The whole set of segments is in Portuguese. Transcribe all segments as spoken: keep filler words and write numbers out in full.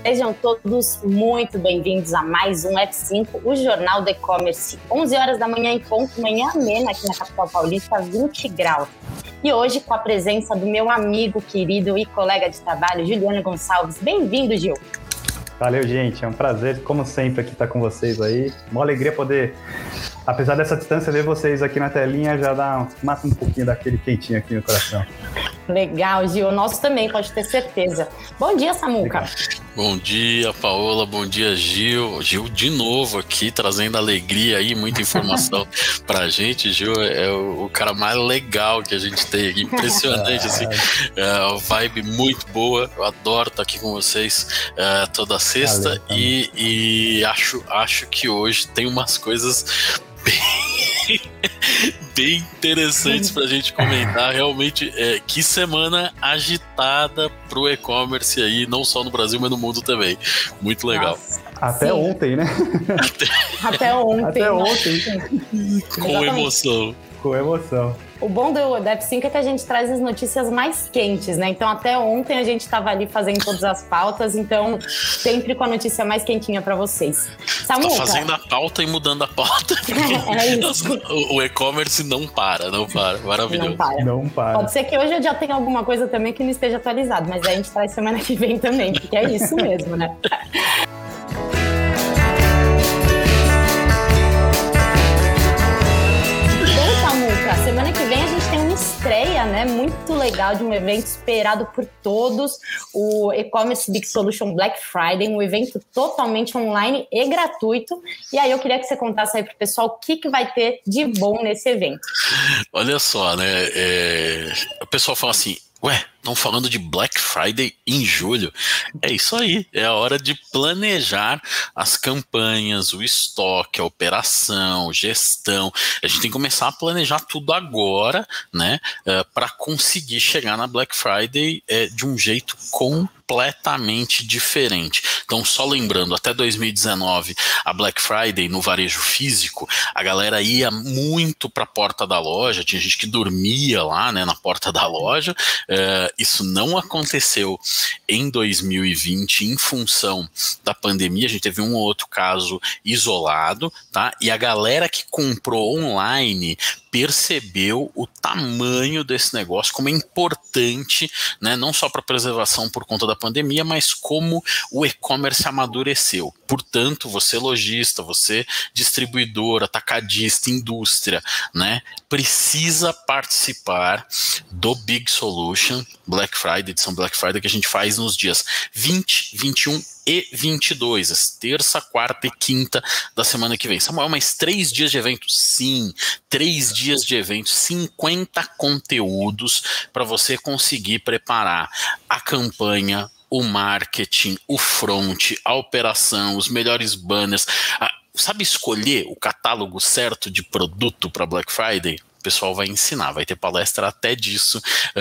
Sejam todos muito bem-vindos a mais um F cinco, o Jornal do E-Commerce. onze horas da manhã em ponto, manhã amena aqui na capital paulista, vinte graus. E hoje com a presença do meu amigo querido e colega de trabalho, Juliano Gonçalves. Bem-vindo, Gil. Valeu, gente. É um prazer, como sempre, aqui estar com vocês aí. Uma alegria poder, apesar dessa distância, ver vocês aqui na telinha já dá, mata um pouquinho daquele quentinho aqui no coração. Legal, Gil. O nosso também, pode ter certeza. Bom dia, Samuca. Legal. Bom dia, Paola. Bom dia, Gil. Gil de novo aqui, trazendo alegria aí, muita informação pra gente. Gil é o, o cara mais legal que a gente tem aqui. Impressionante, assim. É uma vibe muito boa. Eu adoro estar aqui com vocês é, toda sexta. Valeu, e, e acho, acho que hoje tem umas coisas bem... bem interessantes pra gente comentar. Realmente, é, que semana agitada pro e-commerce aí, não só no Brasil, mas no mundo também. Muito legal. Nossa. Até Sim. ontem, né? Até, Até ontem. Até ontem. Com emoção. Com emoção. O bom do F cinco é que a gente traz as notícias mais quentes, né? Então, até ontem a gente estava ali fazendo todas as pautas, então sempre com a notícia mais quentinha para vocês. Samuca, tá fazendo a pauta e mudando a pauta. É isso. O, o e-commerce não para, não para. Maravilhoso. Não para. Não para. Pode ser que hoje eu já tenha alguma coisa também que não esteja atualizado, mas aí a gente traz semana que vem também, porque é isso mesmo, né? Semana que vem a gente tem uma estreia, né, muito legal de um evento esperado por todos, o E-Commerce Big Solution Black Friday, um evento totalmente online e gratuito. E aí eu queria que você contasse aí pro pessoal o que, que vai ter de bom nesse evento. Olha só, né, é... o pessoal fala assim, ué, estão falando de Black Friday em julho. É isso aí, é a hora de planejar as campanhas, o estoque, a operação, gestão. A gente tem que começar a planejar tudo agora, né, uh, para conseguir chegar na Black Friday uh, de um jeito completamente diferente. Então, só lembrando, até dois mil e dezenove, a Black Friday no varejo físico, a galera ia muito para a porta da loja, tinha gente que dormia lá, né, na porta da loja. Uh, isso não aconteceu em dois mil e vinte em função da pandemia, a gente teve um ou outro caso isolado, tá? E a galera que comprou online percebeu o tamanho desse negócio, como é importante, né, não só para a preservação por conta da pandemia, mas como o e-commerce amadureceu. Portanto, você lojista, você distribuidor, atacadista, indústria, né, precisa participar do Big Solution Black Friday, edição Black Friday, que a gente faz nos dias vinte, vinte e um e vinte e dois, terça, quarta e quinta da semana que vem. Samuel, mas três dias de evento? Sim, três dias de evento, cinquenta conteúdos para você conseguir preparar a campanha, o marketing, o front, a operação, os melhores banners. Ah, sabe escolher o catálogo certo de produto para Black Friday? O pessoal vai ensinar, vai ter palestra até disso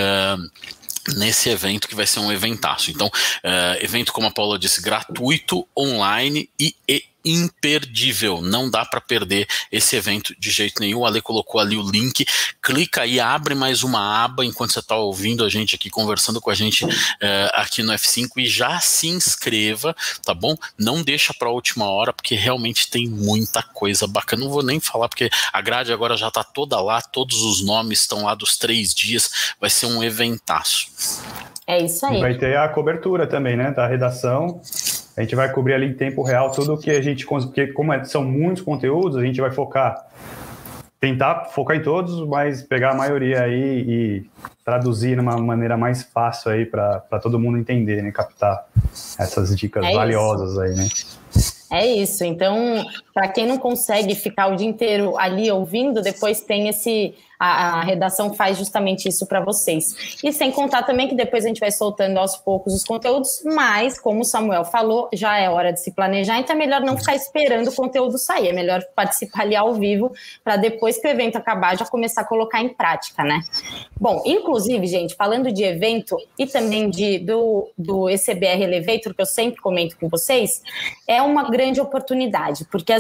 uh, nesse evento, que vai ser um eventaço. Então, uh, evento, como a Paula disse, gratuito, online e, e imperdível. Não dá para perder esse evento de jeito nenhum. O Ale colocou ali o link, clica aí, abre mais uma aba enquanto você está ouvindo a gente aqui, conversando com a gente uh, aqui no F cinco, e já se inscreva, tá bom? Não deixa para a última hora, porque realmente tem muita coisa bacana. Não vou nem falar, porque a grade agora já está toda lá, todos os nomes estão lá dos três dias, vai ser um eventaço. É isso aí. E vai ter a cobertura também, né, da redação. A gente vai cobrir ali em tempo real tudo o que a gente... Porque como são muitos conteúdos, a gente vai focar... Tentar focar em todos, mas pegar a maioria aí e traduzir de uma maneira mais fácil aí para todo mundo entender, né? Captar essas dicas é valiosas isso. aí, né? É isso. Então, para quem não consegue ficar o dia inteiro ali ouvindo, depois tem esse... A, a redação faz justamente isso para vocês. E sem contar também que depois a gente vai soltando aos poucos os conteúdos, mas, como o Samuel falou, já é hora de se planejar, então é melhor não ficar esperando o conteúdo sair, é melhor participar ali ao vivo, para depois que o evento acabar, já começar a colocar em prática, né? Bom, inclusive, gente, falando de evento e também de, do, do E C B R Elevator, que eu sempre comento com vocês, é uma grande oportunidade, porque assim,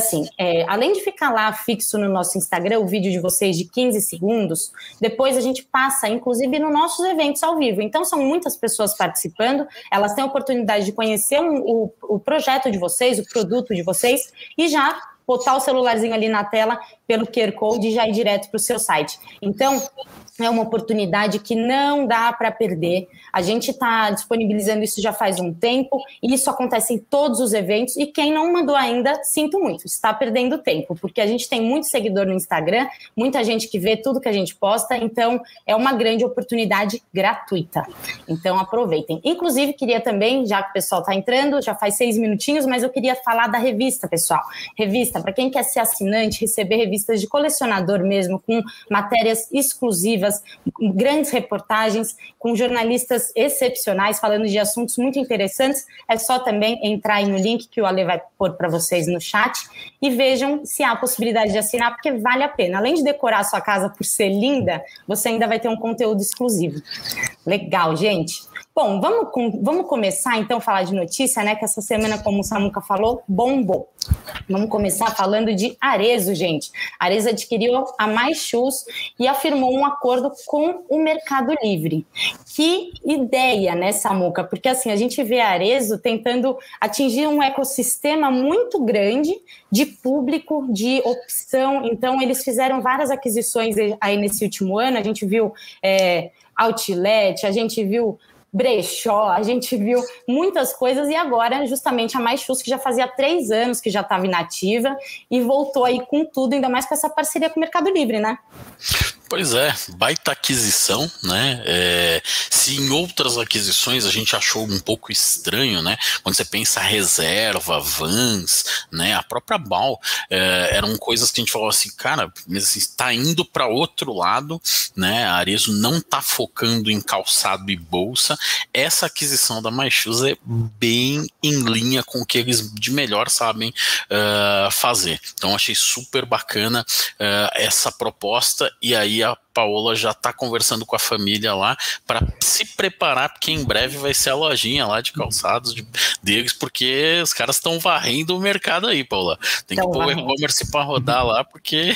assim, é, além de ficar lá fixo no nosso Instagram, o vídeo de vocês de quinze segundos, depois a gente passa, inclusive, nos nossos eventos ao vivo. Então, são muitas pessoas participando, elas têm a oportunidade de conhecer um, o, o projeto de vocês, o produto de vocês, e já botar o celularzinho ali na tela pelo Q R Code e já ir direto para o seu site. Então, é uma oportunidade que não dá para perder. A gente está disponibilizando isso já faz um tempo, e isso acontece em todos os eventos, e quem não mandou ainda, sinto muito, está perdendo tempo, porque a gente tem muito seguidor no Instagram, muita gente que vê tudo que a gente posta, então é uma grande oportunidade gratuita. Então aproveitem. Inclusive, queria também, já que o pessoal está entrando, já faz seis minutinhos, mas eu queria falar da revista, pessoal. Revista, para quem quer ser assinante, receber revistas de colecionador mesmo, com matérias exclusivas, grandes reportagens, com jornalistas excepcionais, falando de assuntos muito interessantes, é só também entrar aí no link que o Ale vai pôr para vocês no chat e vejam se há a possibilidade de assinar, porque vale a pena. Além de decorar a sua casa por ser linda, você ainda vai ter um conteúdo exclusivo. Legal, gente. Bom, vamos, com, vamos começar então a falar de notícia, né? Que essa semana, como o Samuca falou, bombou. Vamos começar falando de Arezzo, gente. A Arezzo adquiriu a Mais Shoes e afirmou um acordo com o Mercado Livre. Que ideia, né, Samuca? Porque assim, a gente vê a Arezzo tentando atingir um ecossistema muito grande de público, de opção. Então, eles fizeram várias aquisições aí nesse último ano. A gente viu é, Outlet, a gente viu brechó, a gente viu muitas coisas, e agora justamente a Mais Shoes, que já fazia três anos que já estava inativa e voltou aí com tudo, ainda mais com essa parceria com o Mercado Livre, né? Pois é, baita aquisição, né? É, se em outras aquisições a gente achou um pouco estranho, né? Quando você pensa Reserva, Vans, né? A própria Bal, é, eram coisas que a gente falou assim, cara, mas assim, está indo para outro lado, né? A Arezzo não está focando em calçado e bolsa. Essa aquisição da Mais Shoes é bem em linha com o que eles de melhor sabem uh, fazer. Então achei super bacana uh, essa proposta, e aí a Paola já está conversando com a família lá para se preparar, porque em breve vai ser a lojinha lá de calçados de, deles, porque os caras estão varrendo o mercado aí, Paola. Tem que pôr o e-commerce para rodar lá, porque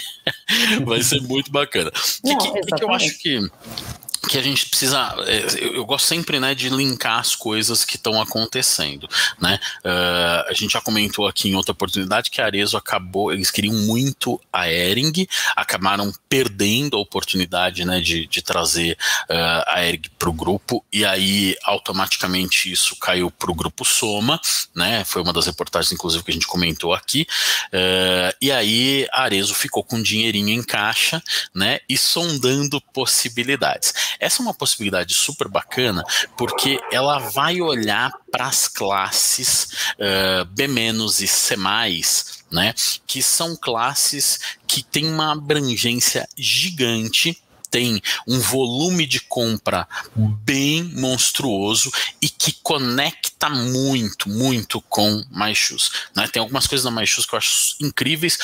vai ser muito bacana. O que, que, que eu acho que que a gente precisa, eu, eu gosto sempre, né, de linkar as coisas que estão acontecendo, né, uh, a gente já comentou aqui em outra oportunidade que a Arezzo acabou, eles queriam muito a Hering, acabaram perdendo a oportunidade, né, de, de trazer uh, a Hering para o grupo, e aí automaticamente isso caiu para o grupo Soma, né, foi uma das reportagens inclusive que a gente comentou aqui, uh, e aí a Arezzo ficou com um dinheirinho em caixa, né, e sondando possibilidades. Essa é uma possibilidade super bacana, porque ela vai olhar para as classes uh, B- e C mais, né, que são classes que têm uma abrangência gigante, tem um volume de compra bem monstruoso e que conecta muito, muito com Mais Shoes, né? Tem algumas coisas na Mais Shoes que eu acho incríveis,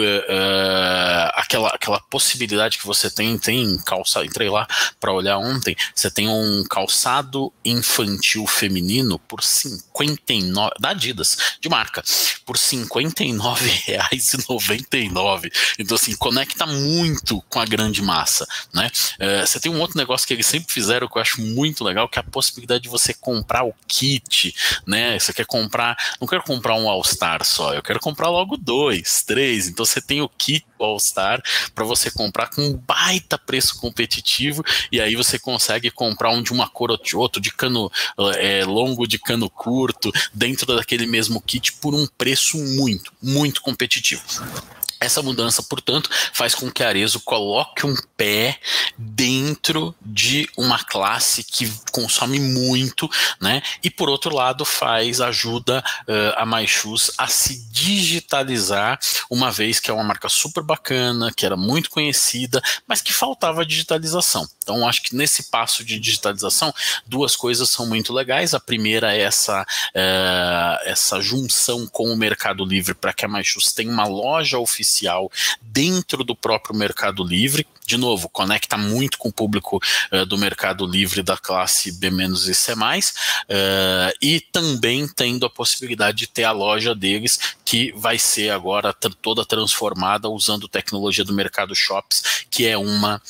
uh, aquela, aquela possibilidade que você tem, tem calçado, entrei lá para olhar ontem, você tem um calçado infantil feminino por cinquenta e nove, da Adidas, de marca, por cinquenta e nove reais e noventa e nove centavos, então assim, conecta muito com a grande massa, né? Uh, você tem um outro negócio que eles sempre fizeram que eu acho muito legal, que é a possibilidade de você comprar o kit, né? Você quer comprar, não quero comprar um All-Star só, eu quero comprar logo dois, três, então você tem o kit All-Star para você comprar com um baita preço competitivo, e aí você consegue comprar um de uma cor ou de outro, de cano é, longo, de cano curto, dentro daquele mesmo kit por um preço muito, muito competitivo. Essa mudança, portanto, faz com que a Arezzo coloque um pé dentro de uma classe que consome muito, né? E por outro lado faz, ajuda uh, a Mais Shoes a se digitalizar, uma vez que é uma marca super bacana, que era muito conhecida, mas que faltava digitalização. Então acho que nesse passo de digitalização, duas coisas são muito legais. A primeira é essa, uh, essa junção com o Mercado Livre para que a Mais Shoes tenha uma loja oficial artificial dentro do próprio Mercado Livre. De novo, conecta muito com o público uh, do Mercado Livre da classe B- e C mais, uh, e também tendo a possibilidade de ter a loja deles, que vai ser agora t- toda transformada usando tecnologia do Mercado Shops, que é uma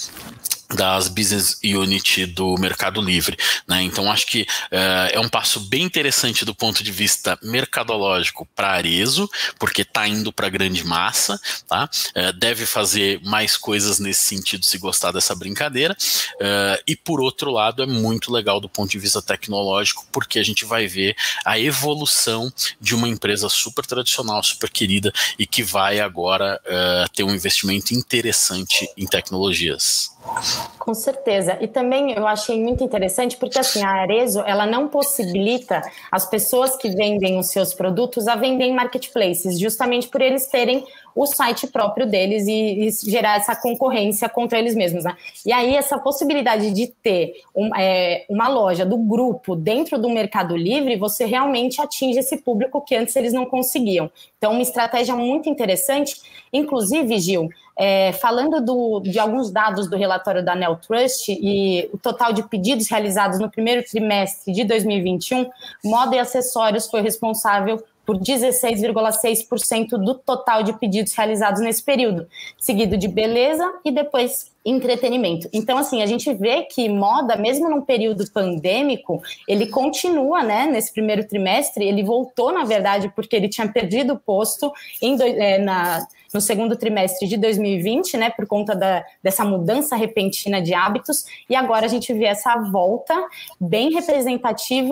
das business unit do Mercado Livre, né? Então acho que uh, é um passo bem interessante do ponto de vista mercadológico para a Arezzo, porque está indo para a grande massa, tá? Uh, deve fazer mais coisas nesse sentido se gostar dessa brincadeira, uh, e por outro lado é muito legal do ponto de vista tecnológico, porque a gente vai ver a evolução de uma empresa super tradicional, super querida, e que vai agora uh, ter um investimento interessante em tecnologias. Com certeza. E também eu achei muito interessante porque assim, a Arezzo, ela não possibilita as pessoas que vendem os seus produtos a vender em marketplaces, justamente por eles terem o site próprio deles e, e gerar essa concorrência contra eles mesmos, né? E aí essa possibilidade de ter um, é, uma loja do grupo dentro do Mercado Livre, você realmente atinge esse público que antes eles não conseguiam. Então, uma estratégia muito interessante. Inclusive, Gil, É, falando do, de alguns dados do relatório da Neltrust e o total de pedidos realizados no primeiro trimestre de dois mil e vinte e um, moda e acessórios foi responsável por dezesseis vírgula seis por cento do total de pedidos realizados nesse período, seguido de beleza e depois entretenimento. Então, assim, a gente vê que moda, mesmo num período pandêmico, ele continua, né, nesse primeiro trimestre, ele voltou, na verdade, porque ele tinha perdido o posto em, é, na... no segundo trimestre de dois mil e vinte, né, por conta da, dessa mudança repentina de hábitos, e agora a gente vê essa volta bem representativa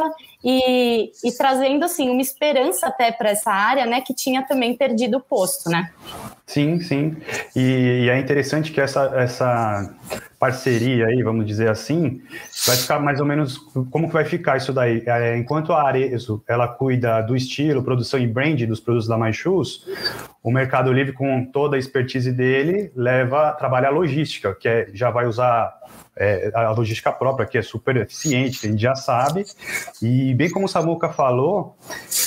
e, e trazendo, assim, uma esperança até para essa área, né, que tinha também perdido o posto, né? Sim, sim, e, e é interessante que essa, essa parceria aí, vamos dizer assim, vai ficar mais ou menos, como que vai ficar isso daí? É, enquanto a Arezzo, ela cuida do estilo, produção e brand dos produtos da MyShoes, o Mercado Livre, com toda a expertise dele, leva a trabalhar a logística, que é, já vai usar é, a logística própria, que é super eficiente, que a gente já sabe, e bem como o Samuca falou,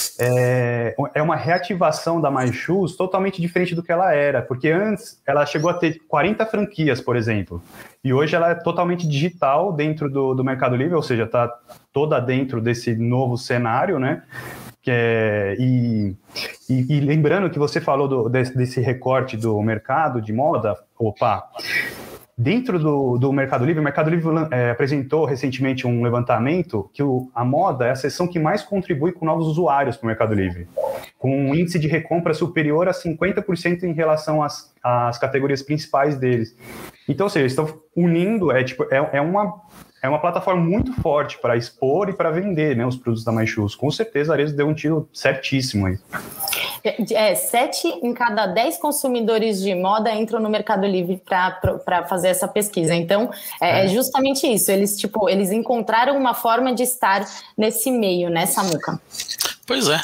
é, é uma reativação da MyShoes totalmente diferente do que ela era, porque antes ela chegou a ter quarenta franquias, por exemplo, e hoje ela é totalmente digital dentro do, do Mercado Livre, ou seja, está toda dentro desse novo cenário, né? Que é, e, e, e lembrando que você falou do, desse, desse recorte do mercado de moda, opa, dentro do, do Mercado Livre, o Mercado Livre é, apresentou recentemente um levantamento que o, a moda é a seção que mais contribui com novos usuários para o Mercado Livre, com um índice de recompra superior a cinquenta por cento em relação às, às categorias principais deles. Então, ou seja, eles estão unindo, é, tipo, é, é uma... É uma plataforma muito forte para expor e para vender, né, os produtos da MyShoes. Com certeza a Arezzo deu um tiro certíssimo aí. É, sete em cada dez consumidores de moda entram no Mercado Livre para fazer essa pesquisa. Então, é, é justamente isso. Eles, tipo, eles encontraram uma forma de estar nesse meio, né, Samuca? Pois é.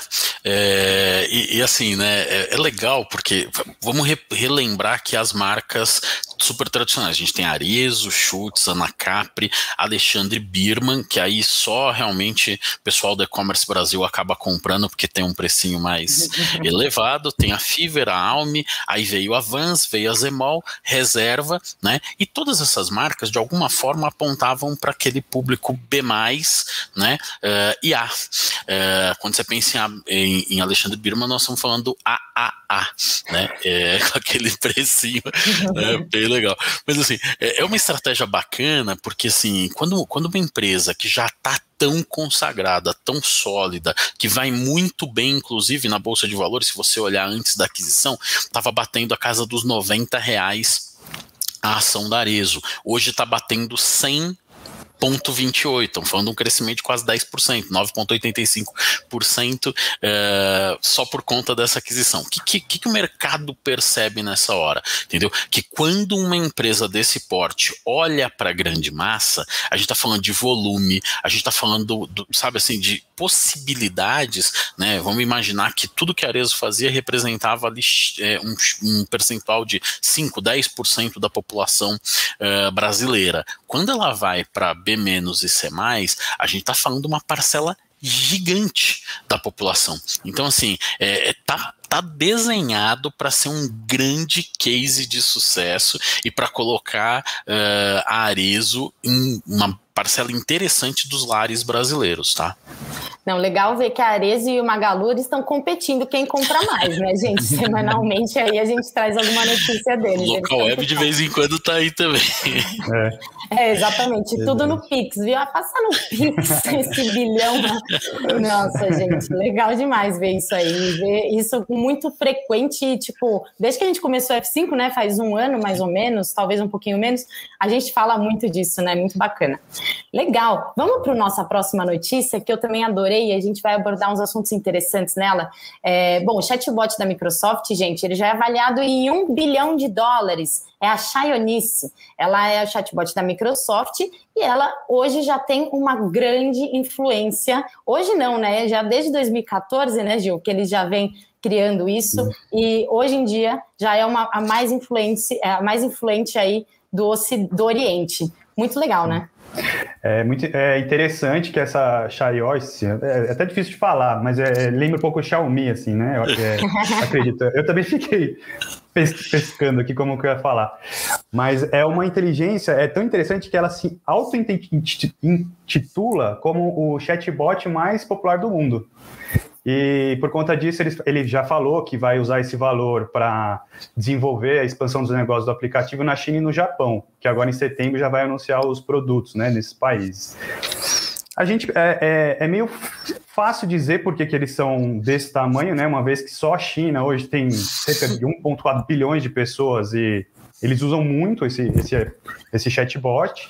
É, e, e assim, né, é, é legal porque vamos re, relembrar que as marcas super tradicionais, a gente tem Arezzo, Schutz, Ana Capri, Alexandre Birman, que aí só realmente o pessoal do e-commerce Brasil acaba comprando porque tem um precinho mais elevado, tem a Fiver, a Almi, aí veio a Vans, veio a Zemol, Reserva, né, e todas essas marcas de alguma forma apontavam para aquele público B mais, né, uh, e A. Uh, quando você pensa em Em, em Alexandre Birman, nós estamos falando A A A, né? É, com aquele precinho, né? Bem legal. Mas assim, é, é uma estratégia bacana, porque assim, quando, quando uma empresa que já está tão consagrada, tão sólida, que vai muito bem, inclusive na Bolsa de Valores, se você olhar antes da aquisição, estava batendo a casa dos noventa reais a ação da Arezzo. Hoje está batendo cem vírgula vinte e oito, estamos falando de um crescimento de quase dez por cento, nove vírgula oitenta e cinco por cento é, só por conta dessa aquisição. O que, que, que o mercado percebe nessa hora? Entendeu? Que quando uma empresa desse porte olha para a grande massa, a gente está falando de volume, a gente está falando, do, sabe assim, de possibilidades, né? Vamos imaginar que tudo que a Arezzo fazia representava ali é, um, um percentual de cinco, dez por cento da população é, brasileira. Quando ela vai para B menos e C mais, a gente está falando de uma parcela gigante da população. Então, assim, é, tá, tá tá desenhado para ser um grande case de sucesso e para colocar uh, a Arezzo em uma parcela interessante dos lares brasileiros, tá? Não, legal ver que a Arezzo e o Magalu estão competindo quem compra mais, né, gente? Semanalmente aí a gente traz alguma notícia deles. O Local Web de vez em quando tá aí também. É, é exatamente. É, tudo no Pix, viu? Ah, passar no Pix esse bilhão. Nossa, gente, legal demais ver isso aí. Ver isso muito frequente, tipo, desde que a gente começou o F cinco, né, faz um ano mais ou menos, talvez um pouquinho menos, a gente fala muito disso, né? Muito bacana. Legal. Vamos para a nossa próxima notícia, que eu também adorei, e a gente vai abordar uns assuntos interessantes nela. É, bom, o chatbot da Microsoft, gente, ele já é avaliado em um bilhão de dólares. É a Xiaonice. Ela é a chatbot da Microsoft e ela hoje já tem uma grande influência. Hoje não, né? Já desde dois mil e catorze, né, Gil, que eles já vêm criando isso. Uhum. E hoje em dia já é uma, a, mais influente, a mais influente aí do, do Oriente. Muito legal, né? É muito é interessante que essa Xiaomi, é até difícil de falar, mas é, lembra um pouco o Xiaomi, assim, né? Eu, é, acredito. Eu também fiquei pescando aqui como que eu ia falar. Mas é uma inteligência, é tão interessante que ela se auto-intitula como o chatbot mais popular do mundo. E por conta disso, ele, ele já falou que vai usar esse valor para desenvolver a expansão dos negócios do aplicativo na China e no Japão, que agora em setembro já vai anunciar os produtos, né, nesses países. A gente é, é, é meio fácil dizer por que que eles são desse tamanho, né, uma vez que só a China hoje tem cerca de um vírgula quatro bilhões de pessoas e eles usam muito esse, esse, esse chatbot.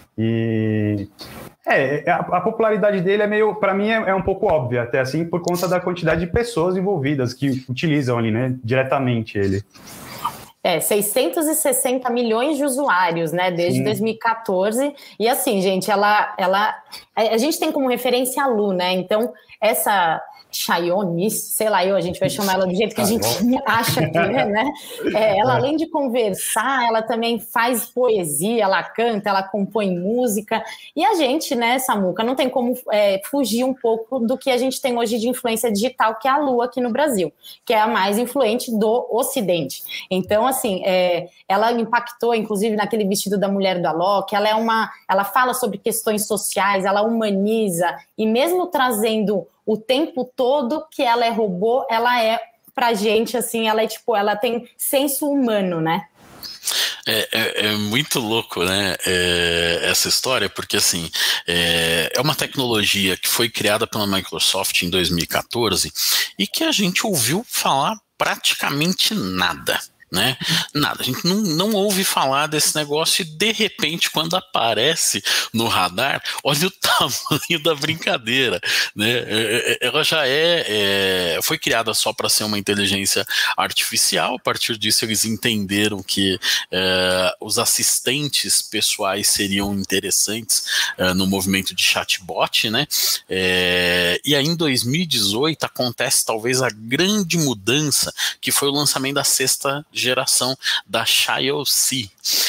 E é, a, a popularidade dele é meio, para mim, é, é um pouco óbvia, até assim, por conta da quantidade de pessoas envolvidas que utilizam ali, né, diretamente ele. É, seiscentos e sessenta milhões de usuários, né, desde Sim. dois mil e catorze, e assim, gente, ela, ela, a gente tem como referência a Lu, né, então essa Xiaomi, sei lá, eu, a gente vai chamar ela do jeito que a gente acha que é, né? É, ela, além de conversar, ela também faz poesia, ela canta, ela compõe música. E a gente, né, Samuca, não tem como é, fugir um pouco do que a gente tem hoje de influência digital, que é a Lu aqui no Brasil, que é a mais influente do Ocidente. Então, assim, é, ela impactou, inclusive, naquele vestido da mulher do Alok, ela é uma, ela fala sobre questões sociais, ela humaniza, e mesmo trazendo o tempo todo que ela é robô, ela é pra gente, assim, ela é tipo, ela tem senso humano, né? É, é, é muito louco, né, é, essa história, porque assim, é, é uma tecnologia que foi criada pela Microsoft em dois mil e catorze e que a gente ouviu falar praticamente nada. Né? Nada, a gente não, não ouve falar desse negócio e de repente quando aparece no radar, olha o tamanho da brincadeira, né? Ela já é, é foi criada só para ser uma inteligência artificial. A partir disso eles entenderam que é, os assistentes pessoais seriam interessantes é, no movimento de chatbot, né? É, e aí em dois mil e dezoito acontece talvez a grande mudança, que foi o lançamento da sexta geração da Xiaomi.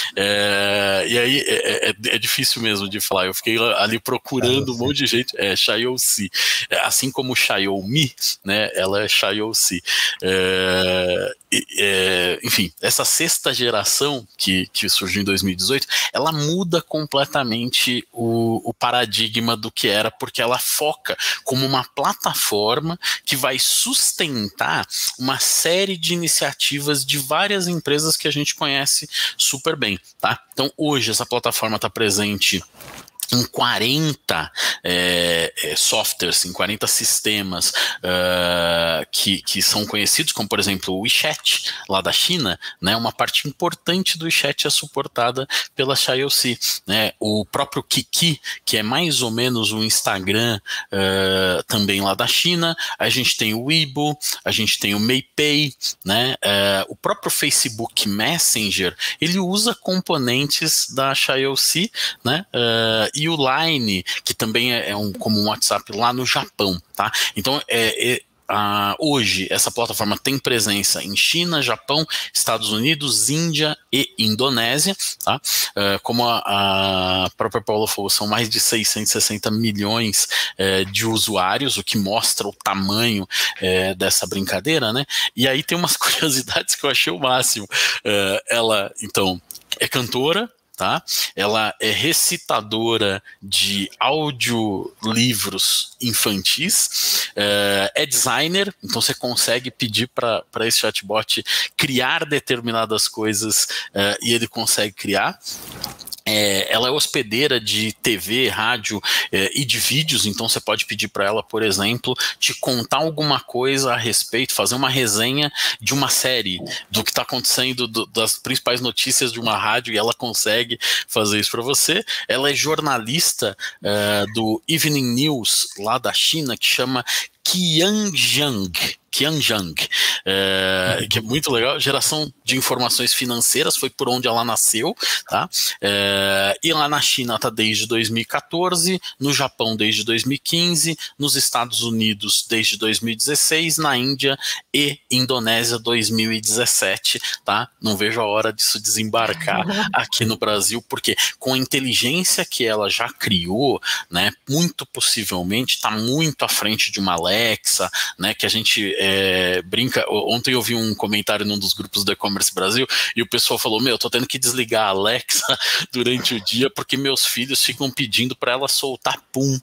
É, e aí é, é, é difícil mesmo de falar, eu fiquei ali procurando um monte de gente, é Xiaomi, assim como Xiaomi, né, ela é Xiaomi. É, é, enfim, essa sexta geração que, que surgiu em dois mil e dezoito, ela muda completamente o, o paradigma do que era, porque ela foca como uma plataforma que vai sustentar uma série de iniciativas de várias empresas que a gente conhece super bem, tá? Então hoje essa plataforma está presente em quarenta é, softwares, em quarenta sistemas uh, que, que são conhecidos, como por exemplo o WeChat, lá da China, né, uma parte importante do WeChat é suportada pela Xiaomi, né, o próprio Kiki, que é mais ou menos o Instagram uh, também lá da China, a gente tem o Weibo, a gente tem o MeiPay, né, uh, o próprio Facebook Messenger, ele usa componentes da Xiaomi, né, uh, e o Line, que também é um, como um WhatsApp lá no Japão, tá? Então, é, é, a, hoje essa plataforma tem presença em China, Japão, Estados Unidos, Índia e Indonésia, tá? Uh, como a, a própria Paula falou, são mais de seiscentos e sessenta milhões uh, de usuários, o que mostra o tamanho uh, dessa brincadeira, né? E aí tem umas curiosidades que eu achei o máximo. Uh, ela, então, é cantora, tá? Ela é recitadora de audiolivros infantis, é, é designer, então você consegue pedir para esse chatbot criar determinadas coisas é, e ele consegue criar. É, ela é hospedeira de T V, rádio é, e de vídeos, então você pode pedir para ela, por exemplo, te contar alguma coisa a respeito, fazer uma resenha de uma série, do que está acontecendo, do, das principais notícias de uma rádio, e ela consegue fazer isso para você. Ela é jornalista é, do Evening News, lá da China, que chama Qianzhang, Qianzhang, é, que é muito legal, geração de informações financeiras, foi por onde ela nasceu, tá? É, e lá na China está desde dois mil e quatorze, no Japão desde dois mil e quinze, nos Estados Unidos desde dois mil e dezesseis, na Índia e Indonésia dois mil e dezessete, tá? Não vejo a hora disso desembarcar aqui no Brasil, porque com a inteligência que ela já criou, né, muito possivelmente está muito à frente de uma Alexa, né, que a gente é, brinca. Ontem eu vi um comentário num dos grupos do E-Commerce Brasil e o pessoal falou, meu, eu tô tendo que desligar a Alexa durante o dia porque meus filhos ficam pedindo para ela soltar pum.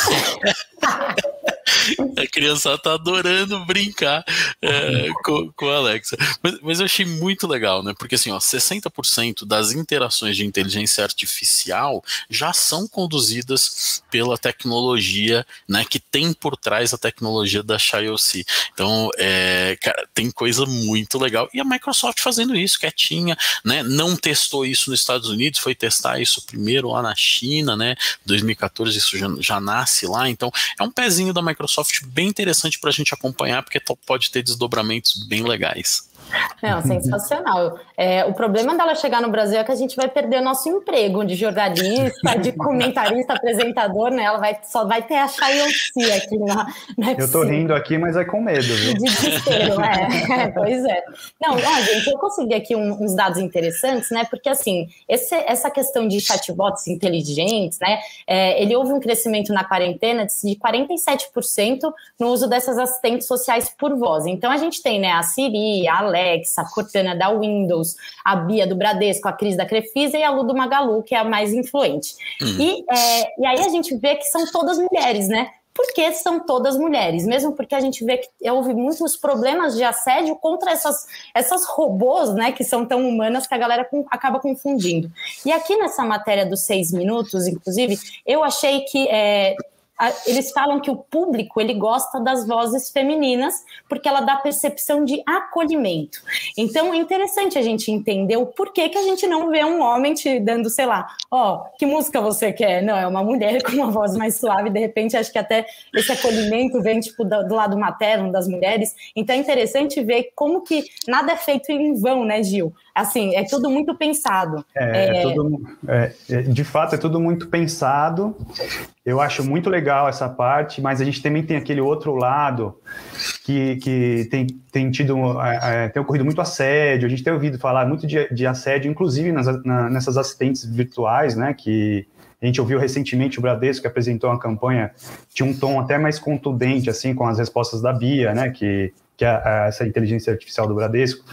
A criança tá adorando brincar é, com, com a Alexa. Mas, mas eu achei muito legal, né? Porque assim, ó, sessenta por cento das interações de inteligência artificial já são conduzidas pela tecnologia, né? Que tem por trás a tecnologia da Xiaoci. Então, é, cara, tem coisa muito legal. E a Microsoft fazendo isso, quietinha, né? Não testou isso nos Estados Unidos, foi testar isso primeiro lá na China, né? dois mil e quatorze isso já, já nasce lá. Então, é um pezinho da Microsoft bem interessante para a gente acompanhar, porque pode ter desdobramentos bem legais. Não, sensacional. É, o problema dela chegar no Brasil é que a gente vai perder o nosso emprego de jornalista, de comentarista, apresentador, né? Ela vai, só vai ter a Xiaoci aqui na, na Eu tô rindo aqui, mas é com medo, viu? De desespero, é. Pois é. Não, ó, gente, eu consegui aqui um, uns dados interessantes, né? Porque, assim, esse, essa questão de chatbots inteligentes, né? É, ele houve um crescimento na quarentena de quarenta e sete por cento no uso dessas assistentes sociais por voz. Então, a gente tem, né, a Siri, a Alexa, a Cortana da Windows, a Bia do Bradesco, a Cris da Crefisa e a Lu do Magalu, que é a mais influente. Uhum. E, é, e aí a gente vê que são todas mulheres, né? Por que são todas mulheres? Mesmo porque a gente vê que houve muitos problemas de assédio contra essas, essas robôs, né, que são tão humanas que a galera com, acaba confundindo. E aqui nessa matéria dos seis minutos, inclusive, eu achei que... É, eles falam que o público ele gosta das vozes femininas porque ela dá percepção de acolhimento. Então é interessante a gente entender o porquê que a gente não vê um homem te dando, sei lá, ó, oh, que música você quer? Não, é uma mulher com uma voz mais suave, de repente acho que até esse acolhimento vem tipo do, do lado materno das mulheres. Então é interessante ver como que nada é feito em vão, né, Gil? Assim, é tudo muito pensado. É, é... É tudo, é, de fato, é tudo muito pensado. Eu acho muito legal essa parte, mas a gente também tem aquele outro lado que, que tem, tem tido, é, tem ocorrido muito assédio. A gente tem ouvido falar muito de, de assédio, inclusive nas, na, nessas assistentes virtuais, né, que a gente ouviu recentemente o Bradesco que apresentou uma campanha, tinha um tom até mais contundente, assim, com as respostas da Bia, né, que, que é essa inteligência artificial do Bradesco,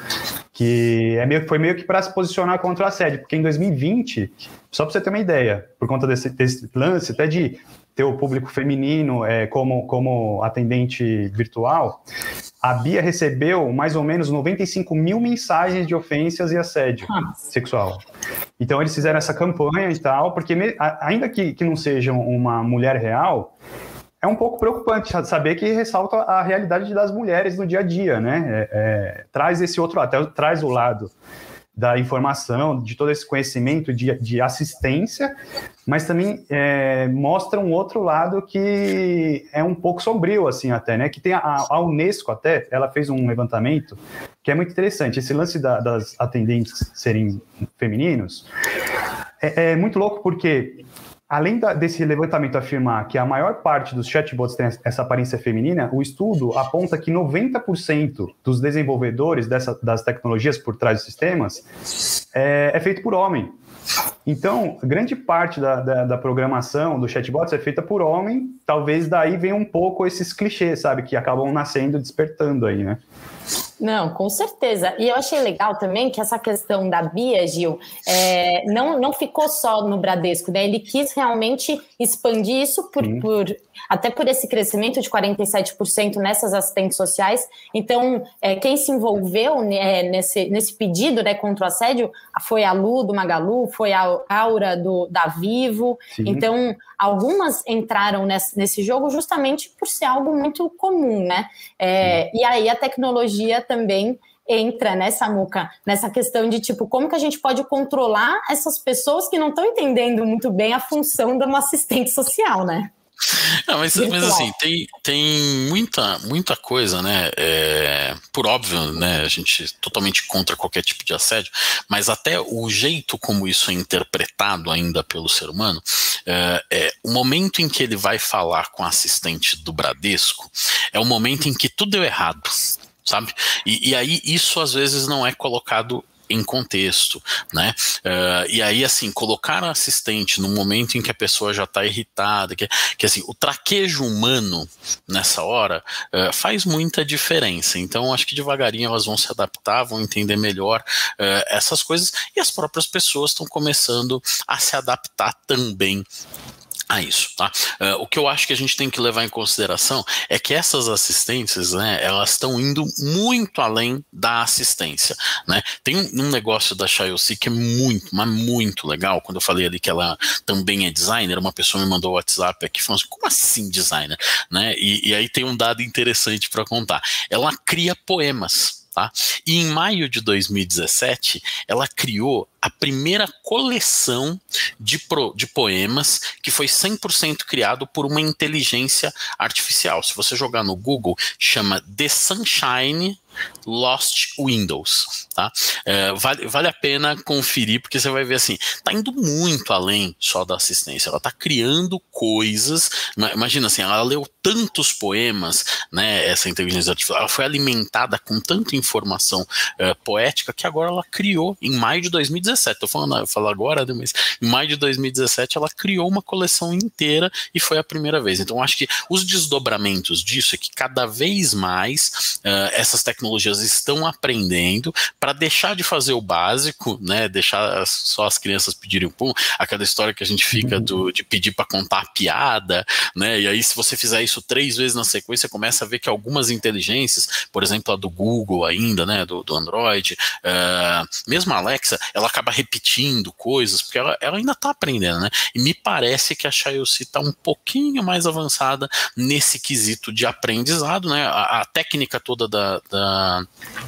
que é meio, foi meio que para se posicionar contra o assédio, porque em dois mil e vinte, só para você ter uma ideia, por conta desse, desse lance até de ter o público feminino é, como, como atendente virtual, a Bia recebeu mais ou menos noventa e cinco mil mensagens de ofensas e assédio Nossa. sexual. Então eles fizeram essa campanha e tal, porque me, ainda que, que não sejam uma mulher real, é um pouco preocupante saber que ressalta a realidade das mulheres no dia a dia, né? É, é, traz esse outro lado, traz o lado da informação, de todo esse conhecimento de, de assistência, mas também é, mostra um outro lado que é um pouco sombrio, assim, até, né? Que tem a, a Unesco até, ela fez um levantamento que é muito interessante. Esse lance da, das atendentes serem femininos é, é muito louco porque além da, desse levantamento afirmar que a maior parte dos chatbots tem essa aparência feminina, o estudo aponta que noventa por cento dos desenvolvedores dessa, das tecnologias por trás dos sistemas é, é feito por homem. Então, grande parte da, da, da programação do chatbots é feita por homem, talvez daí venha um pouco esses clichês, sabe, que acabam nascendo, despertando aí, né? Não, com certeza. E eu achei legal também que essa questão da Bia, Gil, é, não, não ficou só no Bradesco, né? Ele quis realmente expandir isso, por, por, até por esse crescimento de quarenta e sete por cento nessas assistentes sociais. Então, é, quem se envolveu né, nesse, nesse pedido né, contra o assédio foi a Lu, do Magalu, foi a Aura, do, da Vivo. Sim. Então, algumas entraram nesse, nesse jogo justamente por ser algo muito comum, né? É, e aí a tecnologia também entra nessa Samuca, nessa questão de tipo, como que a gente pode controlar essas pessoas que não estão entendendo muito bem a função de uma assistente social, né? Não, mas, mas assim, tem, tem muita, muita coisa, né, é, por óbvio, né, a gente é totalmente contra qualquer tipo de assédio, mas até o jeito como isso é interpretado ainda pelo ser humano, é, é, o momento em que ele vai falar com a assistente do Bradesco é o momento em que tudo deu errado, sabe? E, e aí isso às vezes não é colocado em contexto, né? Uh, e aí, assim, colocar a assistente no momento em que a pessoa já está irritada, que, que assim, o traquejo humano nessa hora uh, faz muita diferença. Então, acho que devagarinho elas vão se adaptar, vão entender melhor uh, essas coisas, e as próprias pessoas estão começando a se adaptar também a isso, tá? Uh, o que eu acho que a gente tem que levar em consideração é que essas assistências, né, elas estão indo muito além da assistência, né? Tem um, um negócio da Xiaoxi que é muito, mas muito legal. Quando eu falei ali que ela também é designer, uma pessoa me mandou o WhatsApp aqui falando assim, como assim designer? Né? E, e aí tem um dado interessante para contar. Ela cria poemas. Tá? E em maio de dois mil e dezessete, ela criou a primeira coleção de, pro, de poemas que foi cem por cento criado por uma inteligência artificial. Se você jogar no Google, chama The Sunshine Lost Windows, tá? É, vale, vale a pena conferir, porque você vai ver assim, tá indo muito além só da assistência, ela tá criando coisas, imagina assim, ela leu tantos poemas, né, essa inteligência artificial, ela foi alimentada com tanta informação é, poética, que agora ela criou, em maio de dois mil e dezessete, tô falando, eu falo agora, né, mas em maio de dois mil e dezessete ela criou uma coleção inteira e foi a primeira vez. Então acho que os desdobramentos disso é que cada vez mais uh, essas tecnologias estão aprendendo para deixar de fazer o básico, né, deixar só as crianças pedirem pum, aquela história que a gente fica do, de pedir para contar a piada, né, e aí se você fizer isso três vezes na sequência, começa a ver que algumas inteligências, por exemplo a do Google ainda, né, do, do Android, uh, mesmo a Alexa, ela acaba repetindo coisas, porque ela, ela ainda está aprendendo, né, e me parece que a Xiaoxi está um pouquinho mais avançada nesse quesito de aprendizado, né, a, a técnica toda da, da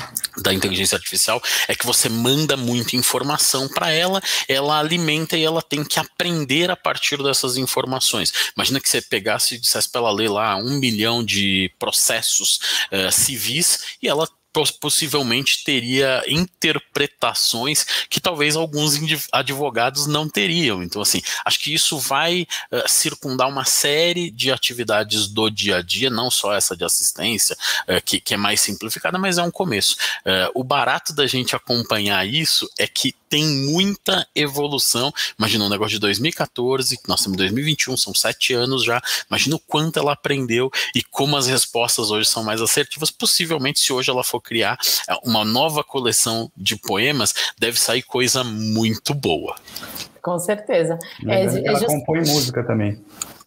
da inteligência artificial é que você manda muita informação para ela, ela alimenta e ela tem que aprender a partir dessas informações. Imagina que você pegasse e dissesse para ela ler lá um milhão de processos uh, civis e ela possivelmente teria interpretações que talvez alguns advogados não teriam. Então, assim, acho que isso vai uh, circundar uma série de atividades do dia a dia, não só essa de assistência, uh, que, que é mais simplificada, mas é um começo. Uh, o barato da gente acompanhar isso é que tem muita evolução. Imagina um negócio de dois mil e catorze, nós estamos em dois mil e vinte e um, são sete anos já, imagina o quanto ela aprendeu e como as respostas hoje são mais assertivas. Possivelmente, se hoje ela for criar uma nova coleção de poemas, deve sair coisa muito boa. Com certeza. É, ela é just... compõe música também.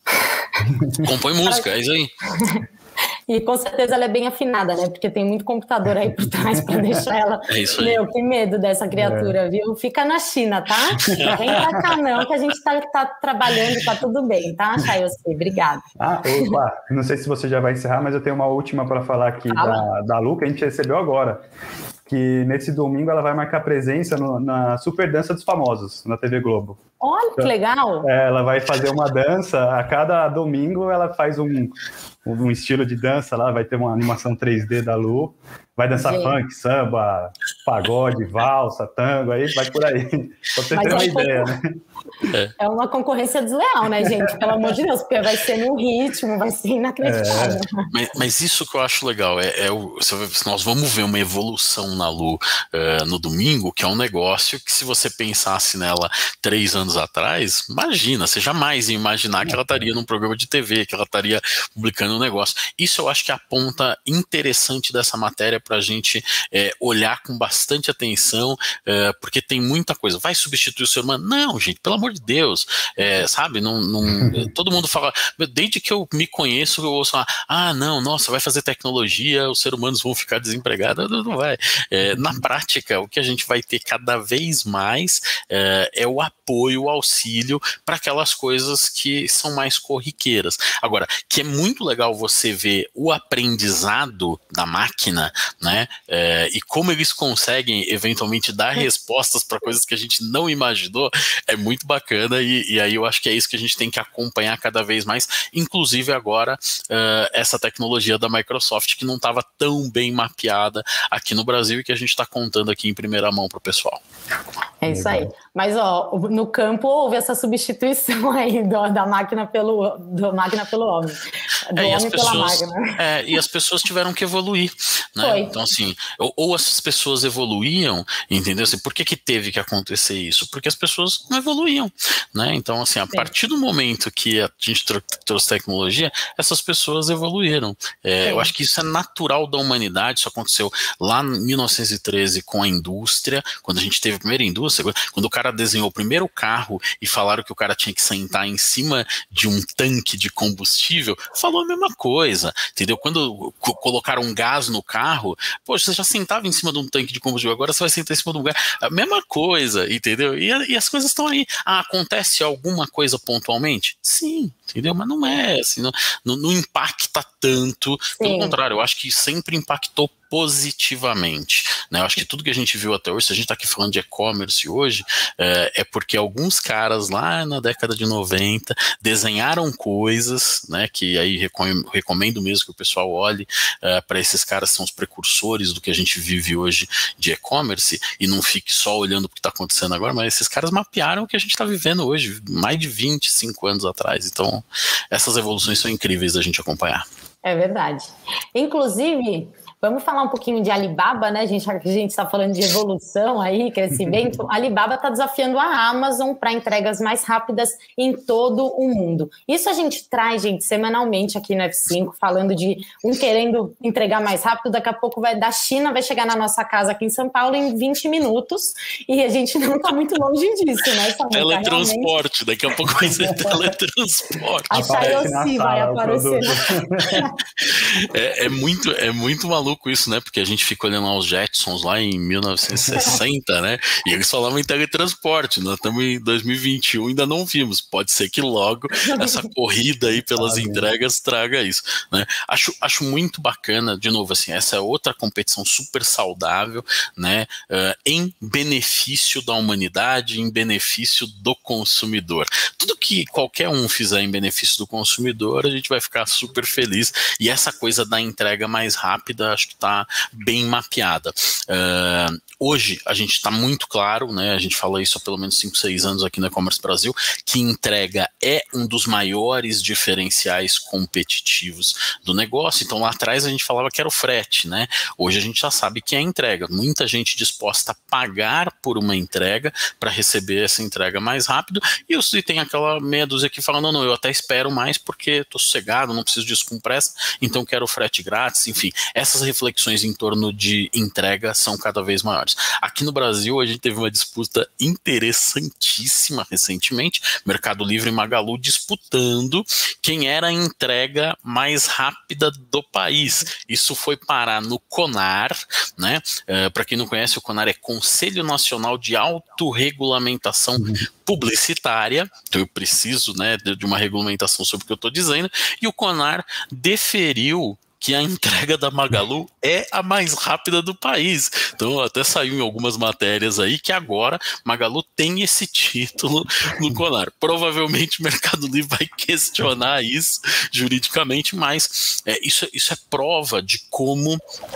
Compõe música, é isso aí. E com certeza ela é bem afinada, né? Porque tem muito computador aí por trás para deixar ela. É isso aí. Meu, que medo dessa criatura, é. viu? Fica na China, tá? Não vem pra cá, não, que a gente tá, tá trabalhando, tá tudo bem, tá, Xiaoxi? Obrigada. Ah, opa, não sei se você já vai encerrar, mas eu tenho uma última para falar aqui ah, da, da Lu, que a gente recebeu agora. Que nesse domingo ela vai marcar presença no, na Super Dança dos Famosos, na T V Globo. Olha, que legal! É, ela vai fazer uma dança, a cada domingo ela faz um, um estilo de dança lá, vai ter uma animação três D da Lu, vai dançar Gente. funk, samba, pagode, valsa, tango, aí vai por aí. Pra você Mas ter uma é ideia, pouco... né? É uma concorrência desleal, né, gente? Pelo amor de Deus, porque vai ser no ritmo, vai ser inacreditável. É. Mas, mas isso que eu acho legal, é, é o, nós vamos ver uma evolução na Lu uh, no domingo, que é um negócio que se você pensasse nela três anos atrás, imagina, você jamais ia imaginar que ela estaria num programa de T V, que ela estaria publicando um negócio. Isso eu acho que é a ponta interessante dessa matéria para a gente é, olhar com bastante atenção, é, porque tem muita coisa. Vai substituir o ser humano? Não, gente, pelo amor de Deus, é, sabe? Não, não, todo mundo fala, desde que eu me conheço, eu ouço falar, ah, não, nossa, vai fazer tecnologia, os seres humanos vão ficar desempregados. Não, não vai. É, na prática, o que a gente vai ter cada vez mais é, é o apoio, o auxílio para aquelas coisas que são mais corriqueiras. Agora, que é muito legal você ver o aprendizado da máquina, né? É, e como eles conseguem eventualmente dar respostas para coisas que a gente não imaginou, é muito bacana e, e aí eu acho que é isso que a gente tem que acompanhar cada vez mais, inclusive agora uh, essa tecnologia da Microsoft que não estava tão bem mapeada aqui no Brasil e que a gente está contando aqui em primeira mão para o pessoal. É isso aí. Mas ó, no campo houve essa substituição aí do, da máquina pelo, do máquina pelo homem, do é, homem pessoas, pela máquina. É, e as pessoas tiveram que evoluir, né? Foi. Então assim, ou, ou as pessoas evoluíam, entendeu? Assim, por que que teve que acontecer isso? Porque as pessoas não evoluíam, né? Então assim, a Sim. partir do momento que a gente trouxe tecnologia, essas pessoas evoluíram. É, eu acho que isso é natural da humanidade, isso aconteceu lá em mil novecentos e treze com a indústria, quando a gente teve a primeira indústria, quando o cara desenhou o primeiro carro e falaram que o cara tinha que sentar em cima de um tanque de combustível, falou a mesma coisa, entendeu? Quando co- colocaram um gás no carro, poxa, você já sentava em cima de um tanque de combustível, agora você vai sentar em cima de um gás, a mesma coisa, entendeu? E, e as coisas estão aí. Ah, acontece alguma coisa pontualmente? Sim, entendeu? Mas não é assim, não, não, não impacta tanto, Sim. Pelo contrário, eu acho que sempre impactou positivamente, né? Eu acho que tudo que a gente viu até hoje, se a gente está aqui falando de e-commerce hoje, é, é porque alguns caras lá na década de noventa desenharam coisas, né? Que aí recomendo, recomendo mesmo que o pessoal olhe é, para esses caras que são os precursores do que a gente vive hoje de e-commerce e não fique só olhando o que está acontecendo agora, mas esses caras mapearam o que a gente está vivendo hoje, mais de vinte e cinco anos atrás. Então, essas evoluções são incríveis da gente acompanhar. É verdade. Inclusive, vamos falar um pouquinho de Alibaba, né? A gente a gente está falando de evolução aí, crescimento. A Alibaba está desafiando a Amazon para entregas mais rápidas em todo o mundo. Isso a gente traz, gente, semanalmente aqui no F cinco, falando de um querendo entregar mais rápido, daqui a pouco vai da China, vai chegar na nossa casa aqui em São Paulo em vinte minutos, e a gente não está muito longe disso, né? Samuca? Teletransporte, realmente... daqui a pouco vai ser teletransporte. A Xiaomi vai aparecer. É, é, muito, é muito maluco isso, né? Porque a gente fica olhando lá os Jetsons lá em mil novecentos e sessenta, né? E eles falavam em teletransporte. Nós estamos em dois mil e vinte e um, ainda não vimos. Pode ser que logo essa corrida aí pelas entregas traga isso, né? Acho, acho muito bacana, de novo, assim, essa é outra competição super saudável, né? Uh, em benefício da humanidade, em benefício do consumidor. Tudo que qualquer um fizer em benefício do consumidor, a gente vai ficar super feliz. E essa coisa da entrega mais rápida, acho que está bem mapeada. Uh, hoje a gente está muito claro, né, a gente fala isso há pelo menos cinco, seis anos aqui no E-Commerce Brasil, que entrega é um dos maiores diferenciais competitivos do negócio. Então lá atrás a gente falava que era o frete, né? Hoje a gente já sabe que é a entrega. Muita gente disposta a pagar por uma entrega para receber essa entrega mais rápido, e, eu, e tem aquela meia dúzia que fala, não, não, eu até espero mais porque estou sossegado, não preciso disso com pressa, então quero frete grátis, enfim. Essas reflexões em torno de entrega são cada vez maiores. Aqui no Brasil a gente teve uma disputa interessantíssima recentemente, Mercado Livre e Magalu disputando quem era a entrega mais rápida do país. Isso foi parar no CONAR, né? Uh, para quem não conhece, o CONAR é Conselho Nacional de Autorregulamentação Publicitária, então eu preciso, né, de uma regulamentação sobre o que eu estou dizendo, e o CONAR deferiu que a entrega da Magalu é a mais rápida do país. Então até saiu em algumas matérias aí que agora Magalu tem esse título no CONAR. Provavelmente o Mercado Livre vai questionar isso juridicamente, mas é, isso, isso é prova de como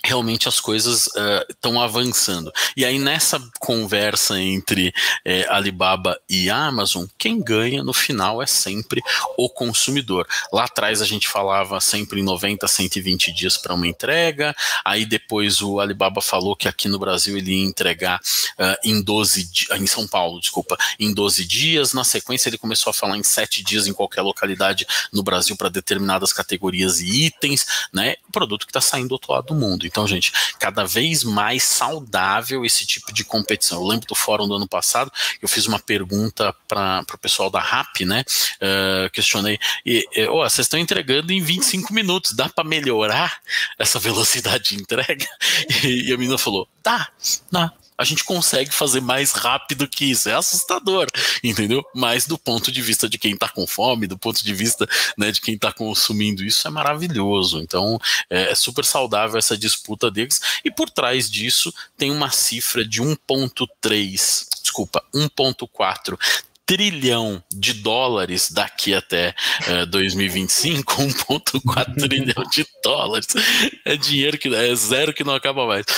realmente as coisas estão uh, avançando. E aí nessa conversa entre eh, Alibaba e Amazon, quem ganha no final é sempre o consumidor. Lá atrás a gente falava sempre em noventa, cento e vinte dias para uma entrega, aí depois o Alibaba falou que aqui no Brasil ele ia entregar uh, em doze, em São Paulo, desculpa, em doze dias, na sequência ele começou a falar em sete dias em qualquer localidade no Brasil para determinadas categorias e itens, né? Produto que está saindo do outro lado do mundo. Então, gente, cada vez mais saudável esse tipo de competição. Eu lembro do fórum do ano passado, eu fiz uma pergunta para o pessoal da Rappi, né? Uh, questionei, e, e, oh, vocês estão entregando em vinte e cinco minutos, dá para melhorar essa velocidade de entrega? E, e a menina falou, dá, dá. A gente consegue fazer mais rápido que isso, é assustador, entendeu? Mas do ponto de vista de quem está com fome, do ponto de vista, né, de quem está consumindo isso, é maravilhoso. Então é, é super saudável essa disputa deles, e por trás disso tem uma cifra de um vírgula três, desculpa, um vírgula quatro trilhão de dólares daqui até uh, dois mil e vinte e cinco, um vírgula quatro trilhão de dólares, é dinheiro que é zero que não acaba mais,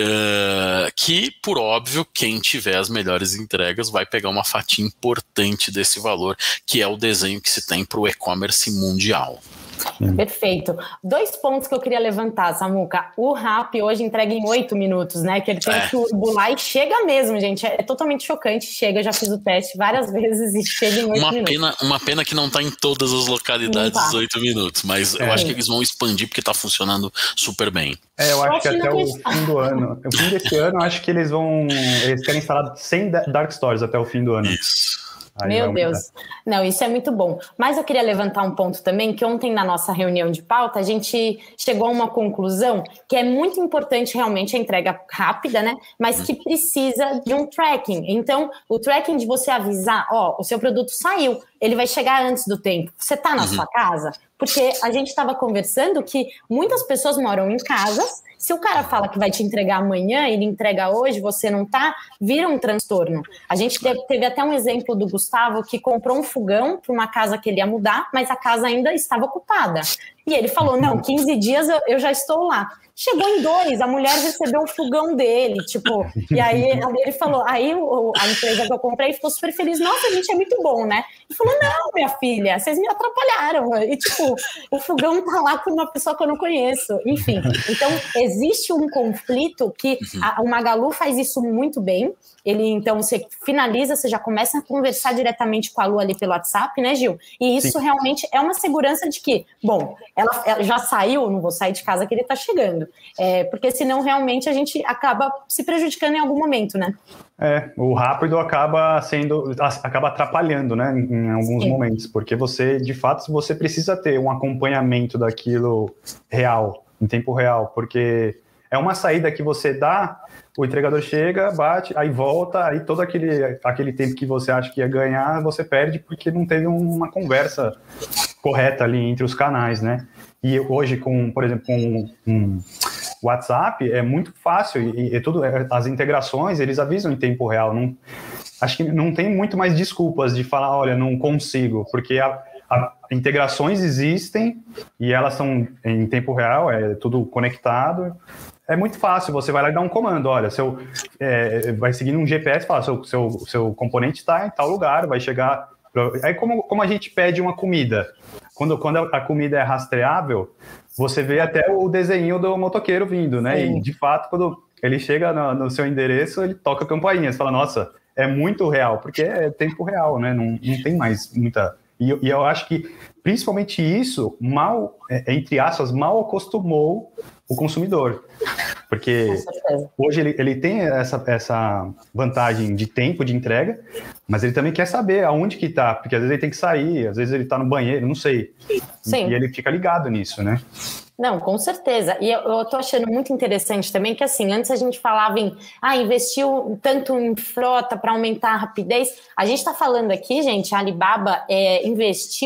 uh, que por óbvio quem tiver as melhores entregas vai pegar uma fatia importante desse valor, que é o desenho que se tem para o e-commerce mundial. Perfeito. Dois pontos que eu queria levantar, Samuca. O Rappi hoje entrega em oito minutos, né? Que ele tem é. que turbular e chega mesmo, gente. É totalmente chocante. Chega, já fiz o teste várias vezes e chega em oito minutos. Pena, uma pena que não está em todas as localidades os oito minutos, mas é. eu acho que eles vão expandir porque está funcionando super bem. É, eu acho, eu acho que até o fim do ano. O fim desse ano, eu acho que eles vão. Eles querem instalar cem Dark Stores até o fim do ano. Isso. Aí Meu Deus, não, isso é muito bom. Mas eu queria levantar um ponto também, que ontem na nossa reunião de pauta a gente chegou a uma conclusão que é muito importante realmente a entrega rápida, né? Mas que precisa de um tracking. Então, o tracking de você avisar, ó, o seu produto saiu, ele vai chegar antes do tempo. Você tá na uhum. sua casa? Porque a gente estava conversando que muitas pessoas moram em casas. Se o cara fala que vai te entregar amanhã e ele entrega hoje, você não tá, vira um transtorno. A gente teve, teve até um exemplo do Gustavo que comprou um fogão para uma casa que ele ia mudar, mas a casa ainda estava ocupada. E ele falou, não, quinze dias eu, eu já estou lá. Chegou em dois, a mulher recebeu o fogão dele, tipo, e aí ele falou, aí o, a empresa que eu comprei ficou super feliz, nossa, gente, é muito bom, né? Ele falou, não, minha filha, vocês me atrapalharam, e tipo, o fogão tá lá com uma pessoa que eu não conheço, enfim. Então, existe um conflito que a, o Magalu faz isso muito bem, ele, então, você finaliza, você já começa a conversar diretamente com a Lu ali pelo WhatsApp, né, Gil? E isso Sim. realmente é uma segurança de que, bom, ela, ela já saiu, não vou sair de casa que ele tá chegando. É, porque senão realmente a gente acaba se prejudicando em algum momento, né? É, o rápido acaba sendo, acaba atrapalhando, né, em alguns Sim. momentos, porque você, de fato, você precisa ter um acompanhamento daquilo real, em tempo real, porque é uma saída que você dá, o entregador chega, bate, aí volta, aí todo aquele, aquele tempo que você acha que ia ganhar, você perde porque não teve uma conversa correta ali entre os canais, né? E hoje, com, por exemplo, com um WhatsApp, é muito fácil, e, e tudo, as integrações, eles avisam em tempo real. Não, acho que não tem muito mais desculpas de falar, olha, não consigo, porque a, a, integrações existem e elas são em tempo real, é tudo conectado. É muito fácil, você vai lá e dá um comando, olha, seu, é, vai seguindo um G P S, fala, seu, seu, seu componente está em tal lugar, vai chegar... Aí como, como a gente pede uma comida, quando, quando a comida é rastreável, você vê até o desenho do motoqueiro vindo, né? Sim. E de fato, quando ele chega no, no seu endereço, ele toca a campainha, você fala, nossa, é muito real, porque é tempo real, né? Não, não tem mais muita... E, e eu acho que, principalmente isso, mal, entre aspas, mal acostumou o consumidor. Porque hoje ele, ele tem essa, essa vantagem de tempo de entrega, mas ele também quer saber aonde que tá, porque às vezes ele tem que sair, às vezes ele tá no banheiro, não sei. Sim. E ele fica ligado nisso, né? Não, com certeza. E eu, eu tô achando muito interessante também que, assim, antes a gente falava em ah, investiu tanto em frota para aumentar a rapidez. A gente está falando aqui, gente, a Alibaba é, investiu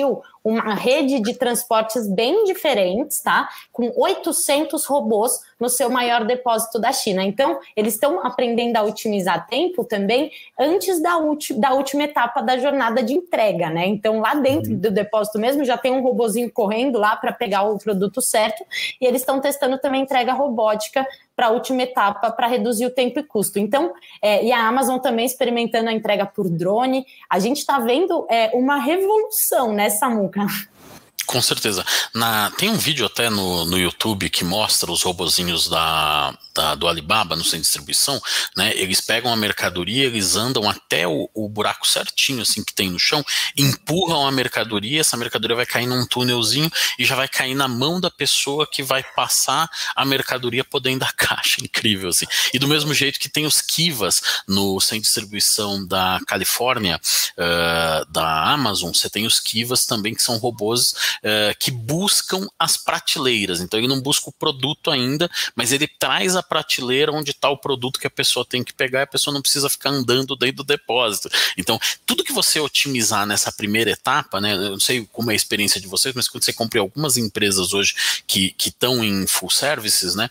uma rede de transportes bem diferentes, tá? Com oitocentos robôs no seu maior depósito da China. Então, eles estão aprendendo a otimizar tempo também antes da, da última etapa da jornada de entrega, né? Então, lá dentro uhum. do depósito mesmo, já tem um robozinho correndo lá para pegar o produto certo, e eles estão testando também entrega robótica para a última etapa, para reduzir o tempo e custo. Então, é, e a Amazon também experimentando a entrega por drone. A gente está vendo é, uma revolução, né, Samuca? Com certeza. Na, tem um vídeo até no, no YouTube que mostra os robozinhos da, da, do Alibaba no centro de distribuição, né? Eles pegam a mercadoria, eles andam até o, o buraco certinho assim que tem no chão, empurram a mercadoria, essa mercadoria vai cair num túnelzinho e já vai cair na mão da pessoa que vai passar a mercadoria por dentro da caixa. Incrível, assim. E do mesmo jeito que tem os Kivas no centro de distribuição da Califórnia, uh, da Amazon, você tem os Kivas também, que são robôs Uh, que buscam as prateleiras. Então ele não busca o produto ainda, mas ele traz a prateleira onde está o produto que a pessoa tem que pegar, e a pessoa não precisa ficar andando dentro do depósito. Então tudo que você otimizar nessa primeira etapa, né, eu não sei como é a experiência de vocês, mas quando você compra algumas empresas hoje que estão em full services, né,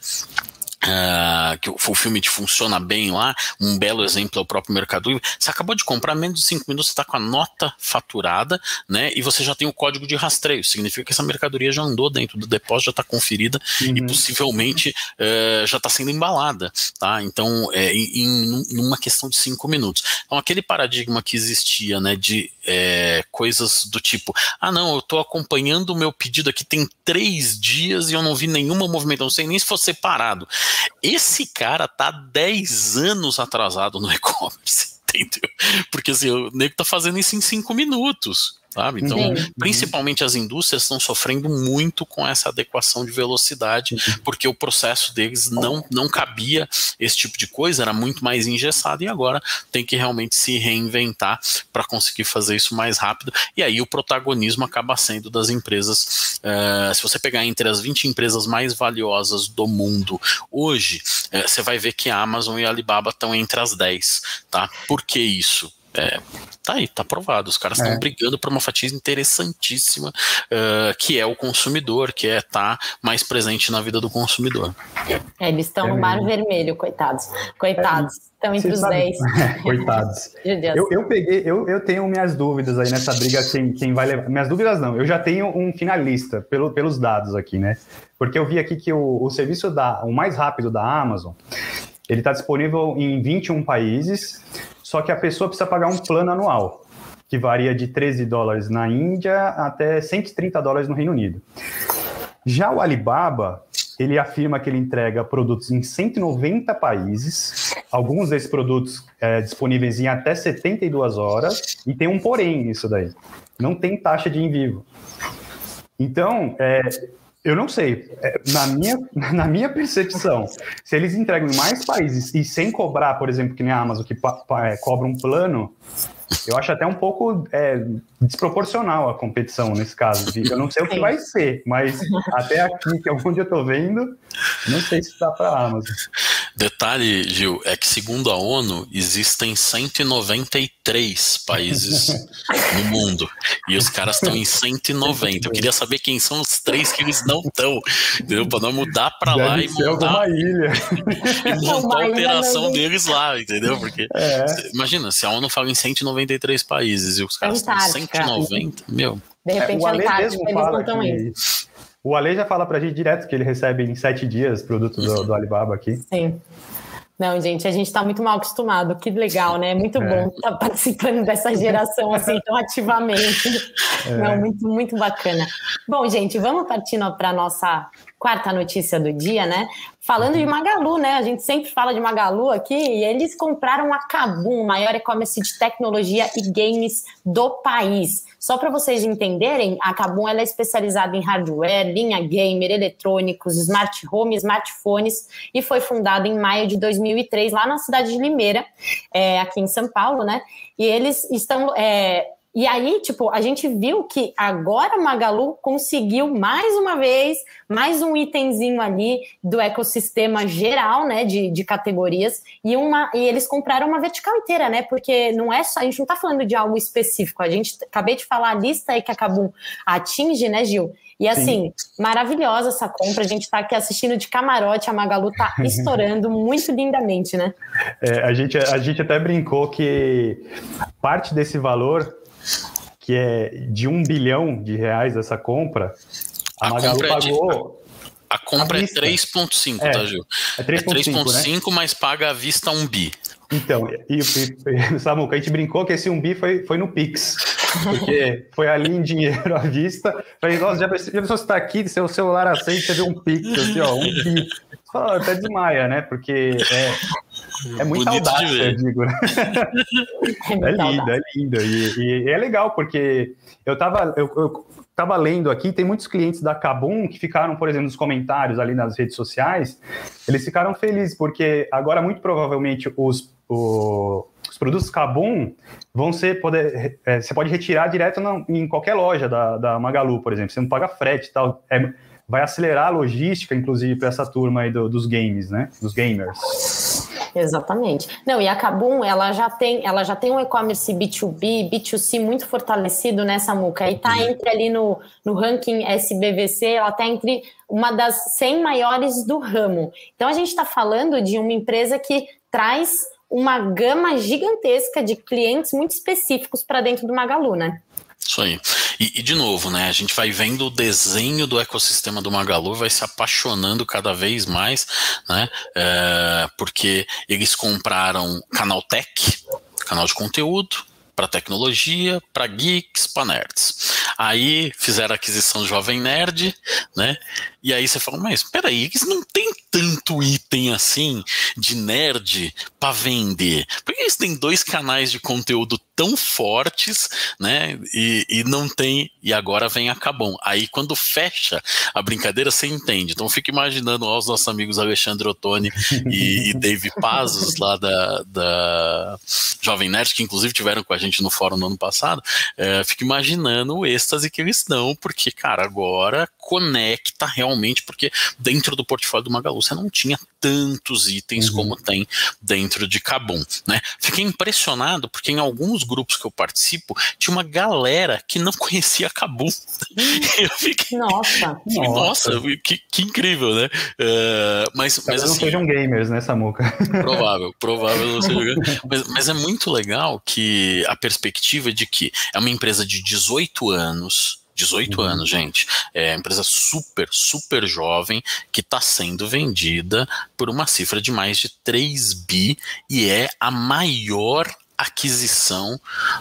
Uh, que o Fulfillment funciona bem lá, um belo exemplo é o próprio Mercado Livre. Você acabou de comprar, menos de cinco minutos você está com a nota faturada, né, e você já tem o código de rastreio, significa que essa mercadoria já andou dentro do depósito, já está conferida uhum. e possivelmente uh, já está sendo embalada, tá? Então é, em, em uma questão de cinco minutos. Então aquele paradigma que existia, né, de é, coisas do tipo, ah não, eu estou acompanhando o meu pedido aqui tem três dias e eu não vi nenhuma movimentação, não sei nem se for separado. Esse cara tá dez anos atrasado no e-commerce, entendeu? Porque assim, o nego tá fazendo isso em cinco minutos. Sabe? Então, Sim. principalmente as indústrias estão sofrendo muito com essa adequação de velocidade, porque o processo deles não, não cabia esse tipo de coisa, era muito mais engessado, e agora tem que realmente se reinventar para conseguir fazer isso mais rápido, e aí o protagonismo acaba sendo das empresas. Uh, se você pegar entre as vinte empresas mais valiosas do mundo hoje, uh, você vai ver que a Amazon e a Alibaba estão entre as dez, tá? Por que isso? É, tá aí, tá provado. Os caras estão é. brigando por uma fatia interessantíssima, uh, que é o consumidor, que é estar tá mais presente na vida do consumidor. É, eles estão é no mar vermelho, coitados. Coitados. Estão é. entre Você os dez. É, coitados. eu, eu peguei, eu, eu tenho minhas dúvidas aí nessa briga, quem, quem vai levar. Minhas dúvidas não, eu já tenho um finalista pelo, pelos dados aqui, né? Porque eu vi aqui que o, o serviço da, o mais rápido da Amazon, ele está disponível em vinte e um países. Só que a pessoa precisa pagar um plano anual, que varia de treze dólares na Índia até cento e trinta dólares no Reino Unido. Já o Alibaba, ele afirma que ele entrega produtos em cento e noventa países, alguns desses produtos é, disponíveis em até setenta e duas horas, e tem um porém nisso daí, não tem taxa de envio. Então, é, eu não sei, na minha, na minha percepção, se eles entregam em mais países e sem cobrar, por exemplo, que nem a Amazon, que pa, pa, é, cobra um plano, eu acho até um pouco é, desproporcional a competição nesse caso. Eu não sei o que vai ser, mas até aqui, que é onde eu estou vendo, não sei se dá para a Amazon. Detalhe, Gil, é que segundo a ONU, existem cento e noventa e três países no mundo, e os caras estão em cento e noventa. Eu queria saber quem são os três que eles não estão, entendeu? Para não mudar para lá e montar, ilha. e montar a operação deles lá, entendeu? Porque, é. imagina, se a ONU fala em cento e noventa e três países e os caras estão em cento e noventa, meu... De repente, é, o Ale Antártica, mesmo fala que... O Ale já fala pra gente direto que ele recebe em sete dias produtos do, do Alibaba aqui. Sim. Não, gente, a gente está muito mal acostumado. Que legal, né? É muito é. bom estar participando dessa geração assim tão ativamente. É. Não, muito, muito bacana. Bom, gente, vamos partindo para a nossa quarta notícia do dia, né? Falando de Magalu, né? A gente sempre fala de Magalu aqui, e eles compraram a Kabum, o maior e-commerce de tecnologia e games do país. Só para vocês entenderem, a Kabum ela é especializada em hardware, linha gamer, eletrônicos, smart home, smartphones, e foi fundada em maio de dois mil e três, lá na cidade de Limeira, é, aqui em São Paulo, né? E eles estão... É, E aí, tipo, a gente viu que agora a Magalu conseguiu mais uma vez, mais um itemzinho ali do ecossistema geral, né, de, de categorias, e, uma, e eles compraram uma vertical inteira, né, porque não é só, a gente não tá falando de algo específico, a gente, acabei de falar a lista aí que a Kabum atinge, né, Gil? E assim, Sim. maravilhosa essa compra, a gente tá aqui assistindo de camarote, a Magalu tá estourando muito lindamente, né? É, a, gente, a gente até brincou que parte desse valor, que é de um bilhão de reais dessa compra, a, a Magalu compra pagou... É de... A compra é três vírgula cinco, é, tá, Gil? É três vírgula cinco, né? Mas paga à vista um bi. Então, e, e, Samuca, a gente brincou que esse um bi foi, foi no Pix, porque foi ali em dinheiro à vista. Falei, nossa, já pensou, já pensou você tá aqui, seu celular acende, você vê um Pix, assim, ó, um bi. Fala, até desmaia, né? Porque é, é muita Bonito audácia, eu digo, né? É, é lindo, é lindo. E, e é legal, porque eu tava... Eu, eu, Estava lendo aqui, tem muitos clientes da Kabum que ficaram, por exemplo, nos comentários ali nas redes sociais, eles ficaram felizes, porque agora, muito provavelmente, os, o, os produtos Kabum vão ser, poder, é, você pode retirar direto na, em qualquer loja da, da Magalu, por exemplo, você não paga frete e tal, é, vai acelerar a logística, inclusive, para essa turma aí do, dos games, né, dos gamers. Exatamente. Não, e a Kabum, ela já tem, ela já tem um e-commerce B dois B, B dois C muito fortalecido, né, Samuca? E tá entre ali no, no ranking S B V C, ela tá entre uma das cem maiores do ramo. Então, a gente está falando de uma empresa que traz uma gama gigantesca de clientes muito específicos para dentro do Magalu, né? Isso aí. E, e, de novo, né, a gente vai vendo o desenho do ecossistema do Magalu, vai se apaixonando cada vez mais, né, é, porque eles compraram Canaltech, canal de conteúdo, para tecnologia, para geeks, para nerds. Aí fizeram a aquisição do Jovem Nerd, né? E aí você fala, mas peraí, eles não tem tanto item assim de nerd para vender. Porque eles têm dois canais de conteúdo tão fortes, né? E, e não tem. E agora vem a Kabum. Aí quando fecha a brincadeira, você entende. Então fica imaginando ó, os nossos amigos Alexandre Ottoni e, e Dave Pazos lá da, da Jovem Nerd, que inclusive tiveram com a gente no fórum no ano passado. É, fica imaginando o êxtase que eles dão, porque, cara, agora conecta realmente, porque dentro do portfólio do Magalu você não tinha tantos itens uhum. como tem dentro de Kabum, né? Fiquei impressionado porque em alguns grupos que eu participo tinha uma galera que não conhecia Kabum. Eu fiquei, nossa, nossa, nossa que, que incrível, né? Uh, mas, mas não assim, sejam gamers, né, Samuca? Provável, provável não sejam mas, mas é muito legal que a perspectiva de que é uma empresa de dezoito anos, dezoito uhum. anos, gente. É uma empresa super, super jovem que está sendo vendida por uma cifra de mais de três bi e é a maior aquisição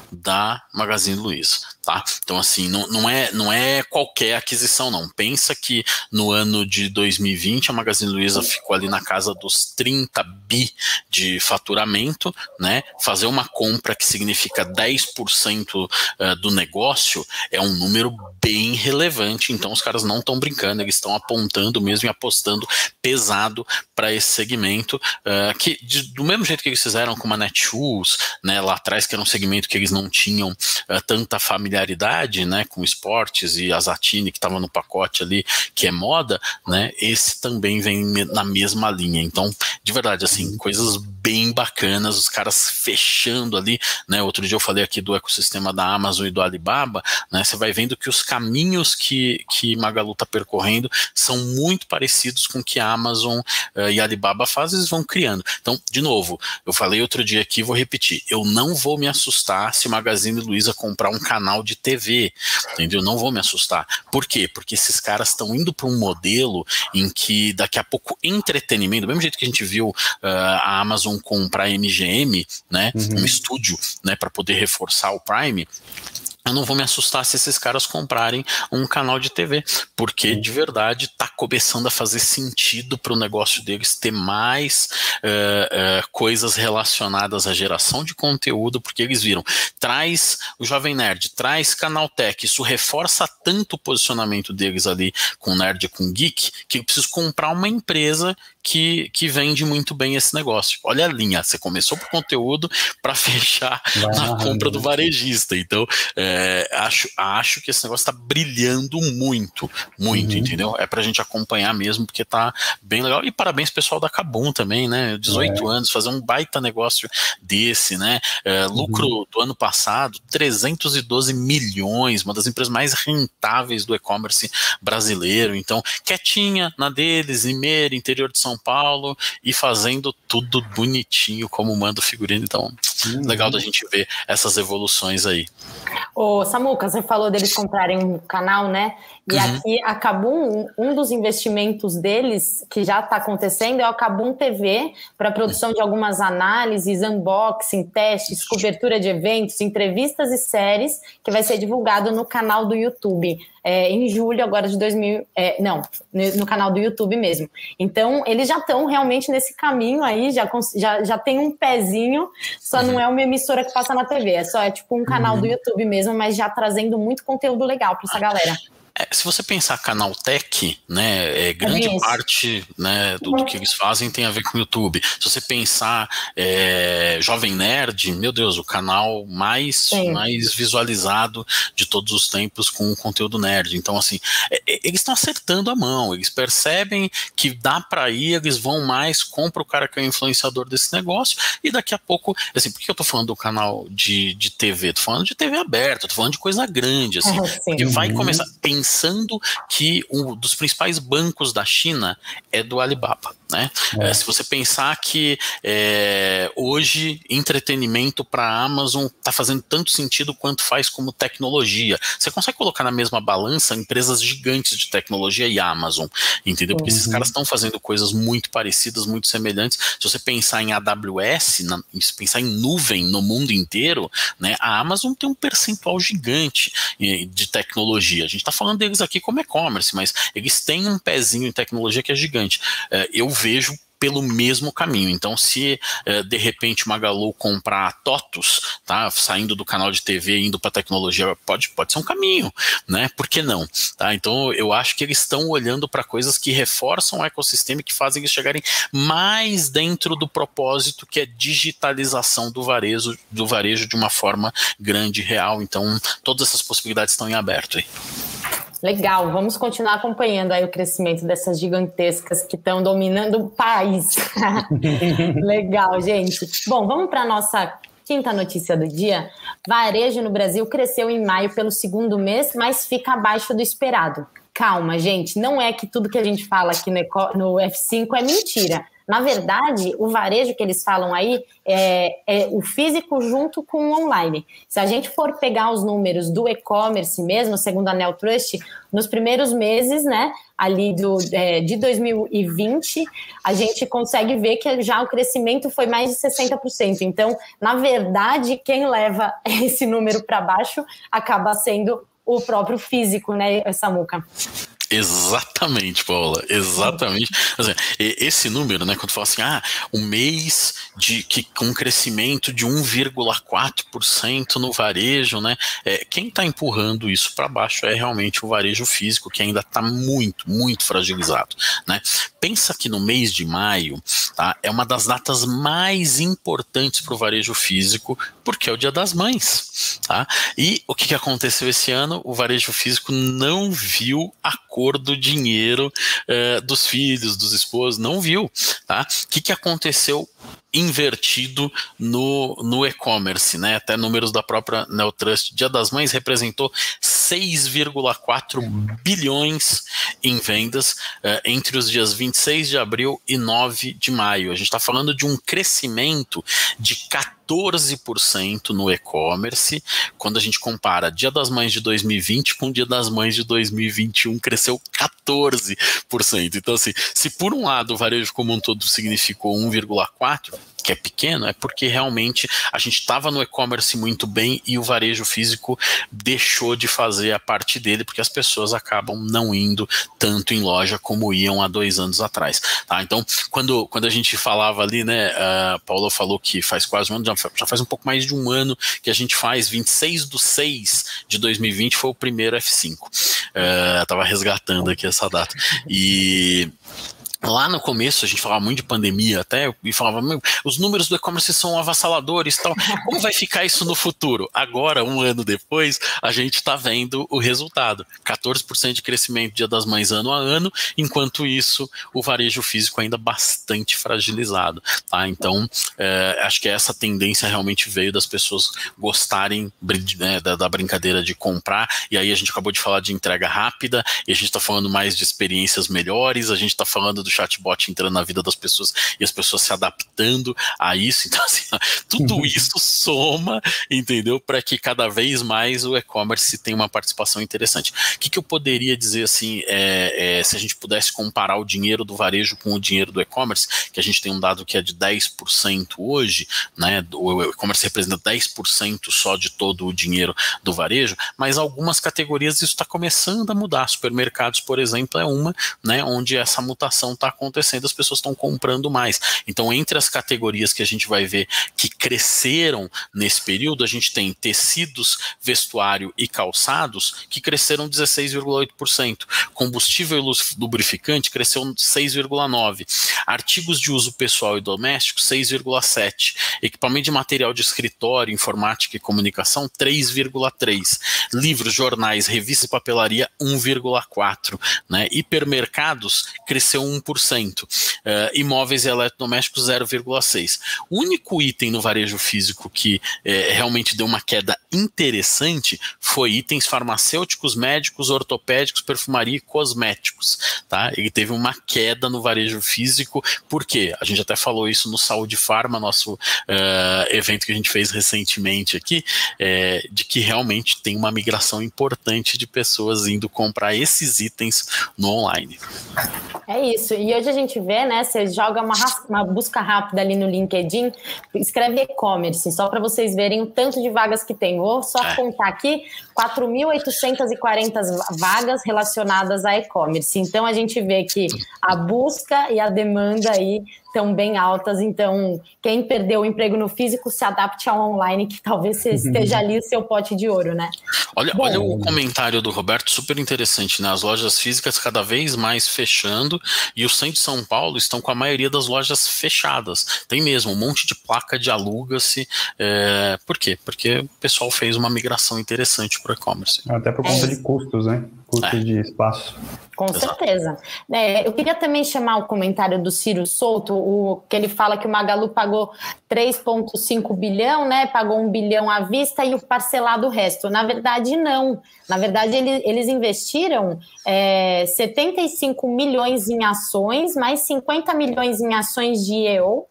da Magazine Luiza, tá? Então assim, não, não, é, não é qualquer aquisição não, pensa que no ano de dois mil e vinte a Magazine Luiza ficou ali na casa dos trinta bi de faturamento, né? Fazer uma compra que significa dez por cento do negócio é um número bem relevante, então os caras não estão brincando, eles estão apontando mesmo e apostando pesado para esse segmento, uh, que de, do mesmo jeito que eles fizeram com a Netshoes, né, lá atrás, que era um segmento que eles não tinham uh, tanta familiaridade, né, com esportes, e a Zatini que estava no pacote ali, que é moda, né, esse também vem na mesma linha. Então, de verdade, assim, coisas bem bacanas, os caras fechando ali, né, outro dia eu falei aqui do ecossistema da Amazon e do Alibaba, né, você vai vendo que os caminhos que, que Magalu está percorrendo são muito parecidos com o que a Amazon uh, e a Alibaba fazem, eles vão criando. Então, de novo, eu falei outro dia aqui, vou repetir, eu não vou me assustar se o Magazine Luiza comprar um canal de T V, entendeu? Não vou me assustar. Por quê? Porque esses caras estão indo para um modelo em que daqui a pouco entretenimento, do mesmo jeito que a gente viu uh, a Amazon comprar a M G M, né, uhum. um estúdio, né, para poder reforçar o Prime, eu não vou me assustar se esses caras comprarem um canal de T V, porque de verdade está começando a fazer sentido para o negócio deles ter mais uh, uh, coisas relacionadas à geração de conteúdo, porque eles viram, traz o Jovem Nerd, traz Canaltech, isso reforça tanto o posicionamento deles ali com Nerd e com Geek, que eu preciso comprar uma empresa que, que vende muito bem esse negócio. Olha a linha, você começou por conteúdo para fechar Vai na compra do varejista. Então, é, acho, acho que esse negócio está brilhando muito, muito, uhum. entendeu? É para a gente acompanhar mesmo, porque tá bem legal. E parabéns pessoal da Kabum também, né? dezoito é. anos, fazer um baita negócio desse, né? É, lucro uhum. do ano passado, trezentos e doze milhões, uma das empresas mais rentáveis do e-commerce brasileiro. Então, quietinha na deles, Limeira, interior de São Paulo, e fazendo tudo bonitinho como manda o figurino. Então, uhum. legal da gente ver essas evoluções aí. Ô, Samuca, você falou deles comprarem um canal, né? E uhum. aqui a Kabum, um dos investimentos deles, que já está acontecendo, é o Kabum T V, para a produção de algumas análises, unboxing, testes, cobertura de eventos, entrevistas e séries, que vai ser divulgado no canal do YouTube. É, em julho agora de dois mil... É, não, no, no canal do YouTube mesmo. Então, eles já estão realmente nesse caminho aí, já, já, já tem um pezinho, só uhum. não é uma emissora que passa na T V, é só é tipo um canal uhum. do YouTube mesmo, mas já trazendo muito conteúdo legal para essa galera. É, se você pensar Canaltech, né, é, grande é parte, né, do, do que eles fazem tem a ver com o YouTube. Se você pensar é, Jovem Nerd, meu Deus, o canal mais, mais visualizado de todos os tempos com o conteúdo nerd. Então, assim, é, é, eles estão acertando a mão, eles percebem que dá para ir, eles vão mais, compra o cara que é o influenciador desse negócio, e daqui a pouco, assim, por que eu tô falando do canal de, de T V? Tô falando de T V aberta, tô falando de coisa grande, assim, é, porque vai começar... pensando que um dos principais bancos da China é do Alibaba, né? É. É, se você pensar que é, hoje entretenimento para a Amazon está fazendo tanto sentido quanto faz como tecnologia, você consegue colocar na mesma balança empresas gigantes de tecnologia e Amazon, entendeu? Porque uhum. esses caras estão fazendo coisas muito parecidas, muito semelhantes. Se você pensar em A W S, na, se pensar em nuvem no mundo inteiro, né, a Amazon tem um percentual gigante de tecnologia. A gente está falando deles aqui como e-commerce, mas eles têm um pezinho em tecnologia que é gigante. É, eu vejo pelo mesmo caminho. Então, se eh, de repente Magalu comprar a TOTUS, tá, saindo do canal de T V indo para tecnologia, pode, pode ser um caminho, né? Por que não? Tá? Então, eu acho que eles estão olhando para coisas que reforçam o ecossistema e que fazem eles chegarem mais dentro do propósito, que é digitalização do varejo, do varejo de uma forma grande e real. Então, todas essas possibilidades estão em aberto aí. Legal, vamos continuar acompanhando aí o crescimento dessas gigantescas que estão dominando o país. Legal, gente. Bom, vamos para a nossa quinta notícia do dia. Varejo no Brasil cresceu em maio pelo segundo mês, mas fica abaixo do esperado. Calma, gente, não é que tudo que a gente fala aqui no F cinco é mentira. Na verdade, o varejo que eles falam aí é, é o físico junto com o online. Se a gente for pegar os números do e-commerce mesmo, segundo a Neotrust, nos primeiros meses, né, ali do, é, de dois mil e vinte, a gente consegue ver que já o crescimento foi mais de sessenta por cento. Então, na verdade, quem leva esse número para baixo acaba sendo o próprio físico, né, Samuca? Exatamente, Paula, exatamente. Esse número, né, quando fala assim, ah, um mês de, que, com um crescimento de um vírgula quatro por cento no varejo, né, é, quem está empurrando isso para baixo é realmente o varejo físico, que ainda está muito, muito fragilizado, né. Pensa que no mês de maio, tá, é uma das datas mais importantes para o varejo físico, porque é o Dia das Mães, tá? E o que, que aconteceu esse ano? O varejo físico não viu a cor do dinheiro uh, dos filhos, dos esposos, não viu, tá? O que, que aconteceu invertido no, no e-commerce, né? Até números da própria Neotrust. Dia das Mães representou seis vírgula quatro bilhões em vendas uh, entre os dias vinte e seis de abril e nove de maio. A gente está falando de um crescimento de quatorze por cento no e-commerce, quando a gente compara Dia das Mães de dois mil e vinte com Dia das Mães de dois mil e vinte e um, cresceu quatorze por cento. Então, assim, se por um lado o varejo como um todo significou um vírgula quatro, que é pequeno, é porque realmente a gente estava no e-commerce muito bem e o varejo físico deixou de fazer a parte dele, porque as pessoas acabam não indo tanto em loja como iam há dois anos atrás, tá? Então, quando, quando a gente falava ali, né, a Paula falou que faz quase um ano, já, já faz um pouco mais de um ano que a gente faz, vinte e seis de seis de dois mil e vinte foi o primeiro F cinco. Uh, tava resgatando aqui essa data. E... Lá no começo a gente falava muito de pandemia até, e falava, meu, os números do e-commerce são avassaladores e tal, como vai ficar isso no futuro? Agora, um ano depois, a gente está vendo o resultado, quatorze por cento de crescimento Dia das Mães ano a ano, enquanto isso o varejo físico ainda bastante fragilizado, tá? Então, é, acho que essa tendência realmente veio das pessoas gostarem, né, da, da brincadeira de comprar, e aí a gente acabou de falar de entrega rápida, e a gente está falando mais de experiências melhores, a gente está falando do chatbot entrando na vida das pessoas e as pessoas se adaptando a isso. Então, assim, tudo isso soma, entendeu? Para que cada vez mais o e-commerce tenha uma participação interessante. O que, que eu poderia dizer, assim, é, é, se a gente pudesse comparar o dinheiro do varejo com o dinheiro do e-commerce, que a gente tem um dado que é de dez por cento hoje, né? O e-commerce representa dez por cento só de todo o dinheiro do varejo, mas algumas categorias isso está começando a mudar. Supermercados, por exemplo, é uma, né, onde essa mutação está acontecendo, as pessoas estão comprando mais. Então, entre as categorias que a gente vai ver que cresceram nesse período, a gente tem tecidos, vestuário e calçados que cresceram dezesseis vírgula oito por cento. Combustível e lubrificante cresceu seis vírgula nove por cento. Artigos de uso pessoal e doméstico, seis vírgula sete por cento. Equipamento de material de escritório, informática e comunicação, três vírgula três por cento. Livros, jornais, revistas e papelaria, um vírgula quatro por cento. Né? Hipermercados cresceu um por cento. Uh, imóveis e eletrodomésticos, zero vírgula seis por cento. O único item no varejo físico que eh, realmente deu uma queda interessante foi itens farmacêuticos, médicos, ortopédicos, perfumaria e cosméticos. Tá? Ele teve uma queda no varejo físico, por quê? A gente até falou isso no Saúde Farma, nosso uh, evento que a gente fez recentemente aqui, é, de que realmente tem uma migração importante de pessoas indo comprar esses itens no online. É isso, e hoje a gente vê, né, você joga uma, uma busca rápida ali no LinkedIn, escreve e-commerce, só para vocês verem o tanto de vagas que tem. Vou só é. contar aqui, quatro mil oitocentas e quarenta vagas relacionadas a e-commerce. Então a gente vê que a busca e a demanda aí estão bem altas, então quem perdeu o emprego no físico se adapte ao online, que talvez esteja ali o seu pote de ouro, né? Olha, Bom, olha o comentário do Roberto, super interessante, né? As lojas físicas cada vez mais fechando e o centro de São Paulo estão com a maioria das lojas fechadas. Tem mesmo um monte de placa de aluga-se. É... Por quê? Porque o pessoal fez uma migração interessante para o e-commerce. Até por conta é de custos, né? Custos é. de espaço. Com Exato. certeza. É, eu queria também chamar o comentário do Ciro Souto, o, que ele fala que o Magalu pagou três vírgula cinco bilhão, né? Pagou um bilhão à vista e o parcelado o resto. Na verdade, não. Na verdade, ele, eles investiram é, setenta e cinco milhões em ações, mais cinquenta milhões em ações de E O.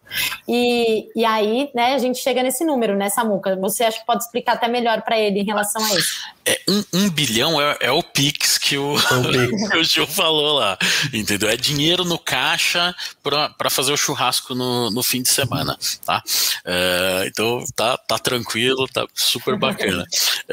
E, e aí, né, a gente chega nesse número, né, Samuca? Você acha que pode explicar até melhor para ele em relação a isso? É, um, um bilhão é, é o Pix que o, que o Gil falou lá, entendeu? É dinheiro no caixa para fazer o churrasco no, no fim de semana, tá? É, então tá, tá tranquilo, tá super bacana.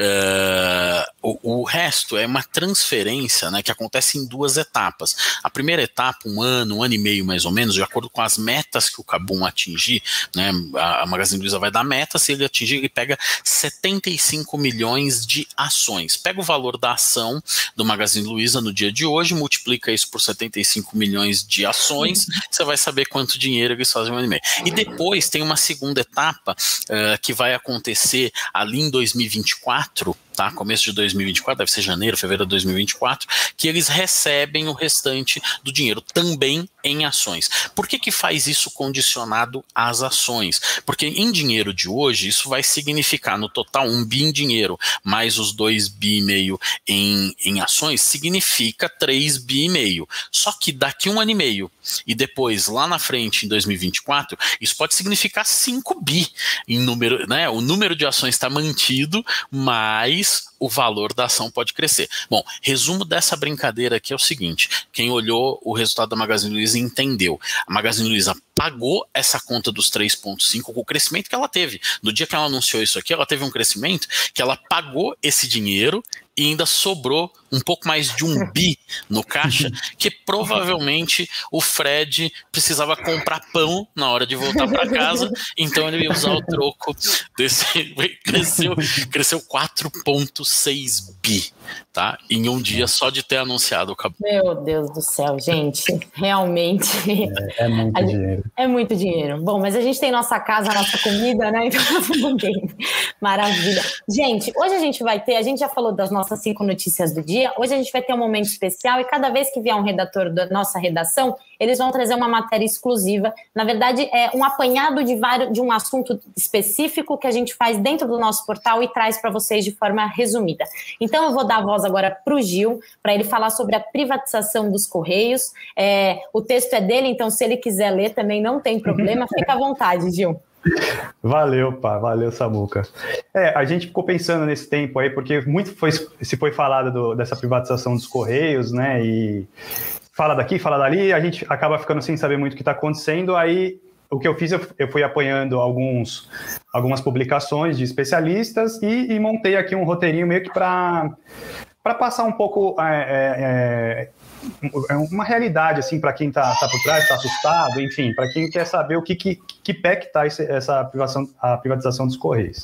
É, o, o resto é uma transferência, né, que acontece em duas etapas. A primeira etapa, um ano, um ano e meio mais ou menos, de acordo com as metas que o Kabum atingir, né, a, a Magazine Luiza vai dar meta, se ele atingir, ele pega setenta e cinco milhões de ações. Pega o valor da ação do Magazine Luiza no dia de hoje, multiplica isso por setenta e cinco milhões de ações, você vai saber quanto dinheiro eles fazem no ano e meio. E depois tem uma segunda etapa uh, que vai acontecer ali em dois mil e vinte e quatro, tá? Começo de dois mil e vinte e quatro, deve ser janeiro, fevereiro de dois mil e vinte e quatro, que eles recebem o restante do dinheiro também em ações. Por que que faz isso condicionado às ações? Porque em dinheiro de hoje, isso vai significar no total um bi em dinheiro, mais os dois bi e meio em, em ações, significa três bi e meio. Só que daqui um ano e meio, e depois lá na frente, em dois mil e vinte e quatro, isso pode significar cinco bi em número, né? O número de ações está mantido, mas o valor da ação pode crescer. Bom, resumo dessa brincadeira aqui é o seguinte: quem olhou o resultado da Magazine Luiza entendeu. A Magazine Luiza pagou essa conta dos três vírgula cinco com o crescimento que ela teve. No dia que ela anunciou isso aqui, ela teve um crescimento que ela pagou esse dinheiro e ainda sobrou um pouco mais de um bi no caixa, que provavelmente o Fred precisava comprar pão na hora de voltar para casa, então ele ia usar o troco desse, cresceu, cresceu quatro vírgula seis bi tá? Em um dia só de ter anunciado o cabelo. Meu Deus do céu, gente, realmente é, é muito a dinheiro. É muito dinheiro. Bom, mas a gente tem nossa casa, nossa comida, né? Então tudo bem. Maravilha. Gente, hoje a gente vai ter, a gente já falou das nossas cinco notícias do dia, hoje a gente vai ter um momento especial e cada vez que vier um redator da nossa redação, eles vão trazer uma matéria exclusiva. Na verdade, é um apanhado de, vários, de um assunto específico que a gente faz dentro do nosso portal e traz para vocês de forma resumida. Então, eu vou dar a voz agora para o Gil, para ele falar sobre a privatização dos Correios. É, o texto é dele, então se ele quiser ler também não tem problema, fica à vontade, Gil. Valeu, pá, valeu, Samuca. É, a gente ficou pensando nesse tempo aí, porque muito foi, se foi falado do, dessa privatização dos Correios, né, e fala daqui, fala dali, a gente acaba ficando sem saber muito o que está acontecendo, aí o que eu fiz, eu, eu fui apanhando alguns, algumas publicações de especialistas e, e montei aqui um roteirinho meio que para para passar um pouco é, é, uma realidade assim para quem está tá por trás, está assustado, enfim, para quem quer saber o que, que, que pé que está essa privatização, a privatização dos Correios.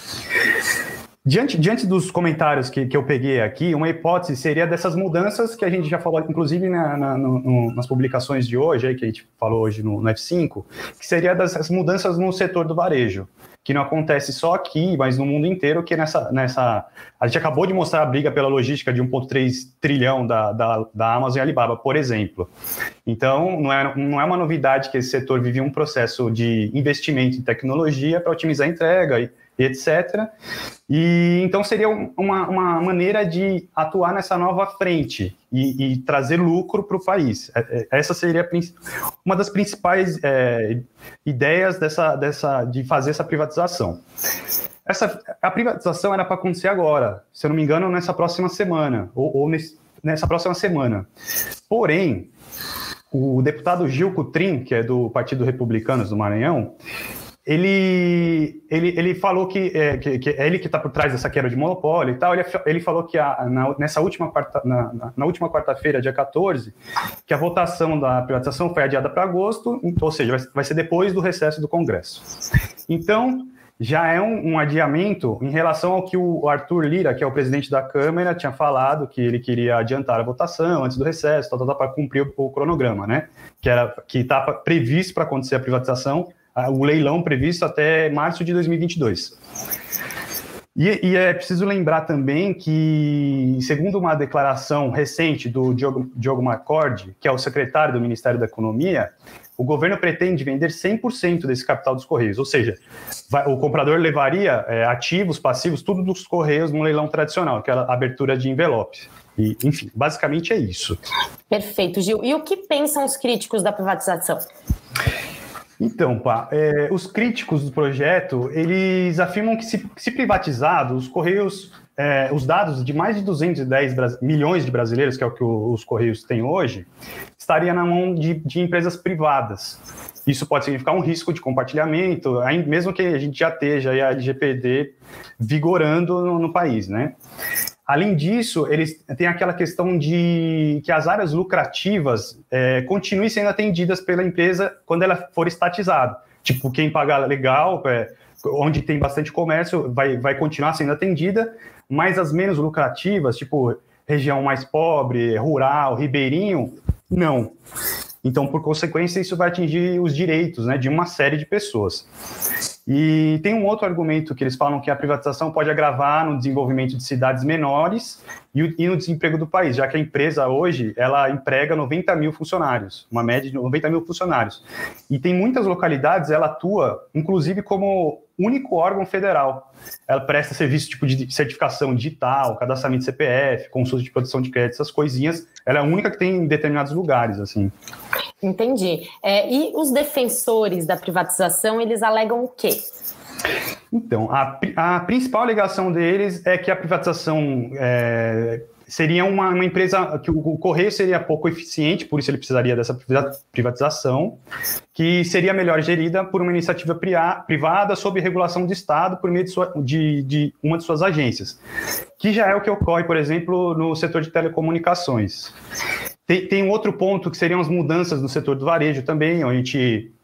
Diante, diante dos comentários que, que eu peguei aqui, uma hipótese seria dessas mudanças que a gente já falou, inclusive na, na, no, nas publicações de hoje, aí, que a gente falou hoje no, no F cinco, que seria dessas mudanças no setor do varejo, que não acontece só aqui, mas no mundo inteiro, que nessa, nessa... A gente acabou de mostrar a briga pela logística de um vírgula três trilhão da, da, da Amazon e Alibaba, por exemplo. Então, não é, não é uma novidade que esse setor vive um processo de investimento em tecnologia para otimizar a entrega e, e etcétera. E, então, seria uma, uma maneira de atuar nessa nova frente e, e trazer lucro para o país. Essa seria uma das principais é, ideias dessa, dessa, de fazer essa privatização. Essa, a privatização era para acontecer agora, se eu não me engano, nessa próxima semana, ou, ou nesse, nessa próxima semana. Porém, o deputado Gil Cutrim, que é do Partido Republicanos do Maranhão, Ele, ele, ele falou que é, que, que é ele que está por trás dessa quebra de monopólio e tal. Ele, ele falou que a, na, nessa última quarta, na, na, na última quarta-feira, dia quatorze, que a votação da privatização foi adiada para agosto, ou seja, vai, vai ser depois do recesso do Congresso. Então, já é um, um adiamento em relação ao que o Arthur Lira, que é o presidente da Câmara, tinha falado, que ele queria adiantar a votação antes do recesso, tal, tal, tal, para cumprir o, o cronograma, né? Que era que estava previsto para acontecer a privatização, o leilão previsto até março de dois mil e vinte e dois. E, e é preciso lembrar também que, segundo uma declaração recente do Diogo, Diogo Marcord, que é o secretário do Ministério da Economia, o governo pretende vender cem por cento desse capital dos Correios, ou seja, vai, o comprador levaria é, ativos, passivos, tudo dos Correios num leilão tradicional, aquela abertura de envelope. E, enfim, basicamente é isso. Perfeito, Gil. E o que pensam os críticos da privatização? Então, pá, é, os críticos do projeto, eles afirmam que se, se privatizado, os Correios, é, os dados de mais de duzentos e dez milhões de brasileiros, que é o que o, os Correios têm hoje, estaria na mão de, de empresas privadas. Isso pode significar um risco de compartilhamento, mesmo que a gente já esteja aí a L G P D vigorando no, no país, né? Além disso, eles têm aquela questão de que as áreas lucrativas é, continuem sendo atendidas pela empresa quando ela for estatizada. Tipo, quem pagar legal, é, onde tem bastante comércio, vai, vai continuar sendo atendida, mas as menos lucrativas, tipo região mais pobre, rural, ribeirinho, não. Então, por consequência, isso vai atingir os direitos, né, de uma série de pessoas. E tem um outro argumento que eles falam que a privatização pode agravar no desenvolvimento de cidades menores e no desemprego do país, já que a empresa hoje, ela emprega noventa mil funcionários, uma média de noventa mil funcionários. E tem muitas localidades, ela atua, inclusive, como único órgão federal. Ela presta serviço tipo de certificação digital, cadastramento de C P F, consulta de produção de crédito, essas coisinhas. Ela é a única que tem em determinados lugares, assim. Entendi. É, e os defensores da privatização, eles alegam o quê? Então, a, a principal alegação deles é que a privatização é, seria uma, uma empresa, que o, o Correio seria pouco eficiente, por isso ele precisaria dessa privatização, que seria melhor gerida por uma iniciativa privada sob regulação do Estado por meio de, sua, de, de uma de suas agências, que já é o que ocorre, por exemplo, no setor de telecomunicações. Tem, tem um outro ponto que seriam as mudanças no setor do varejo também, onde a gente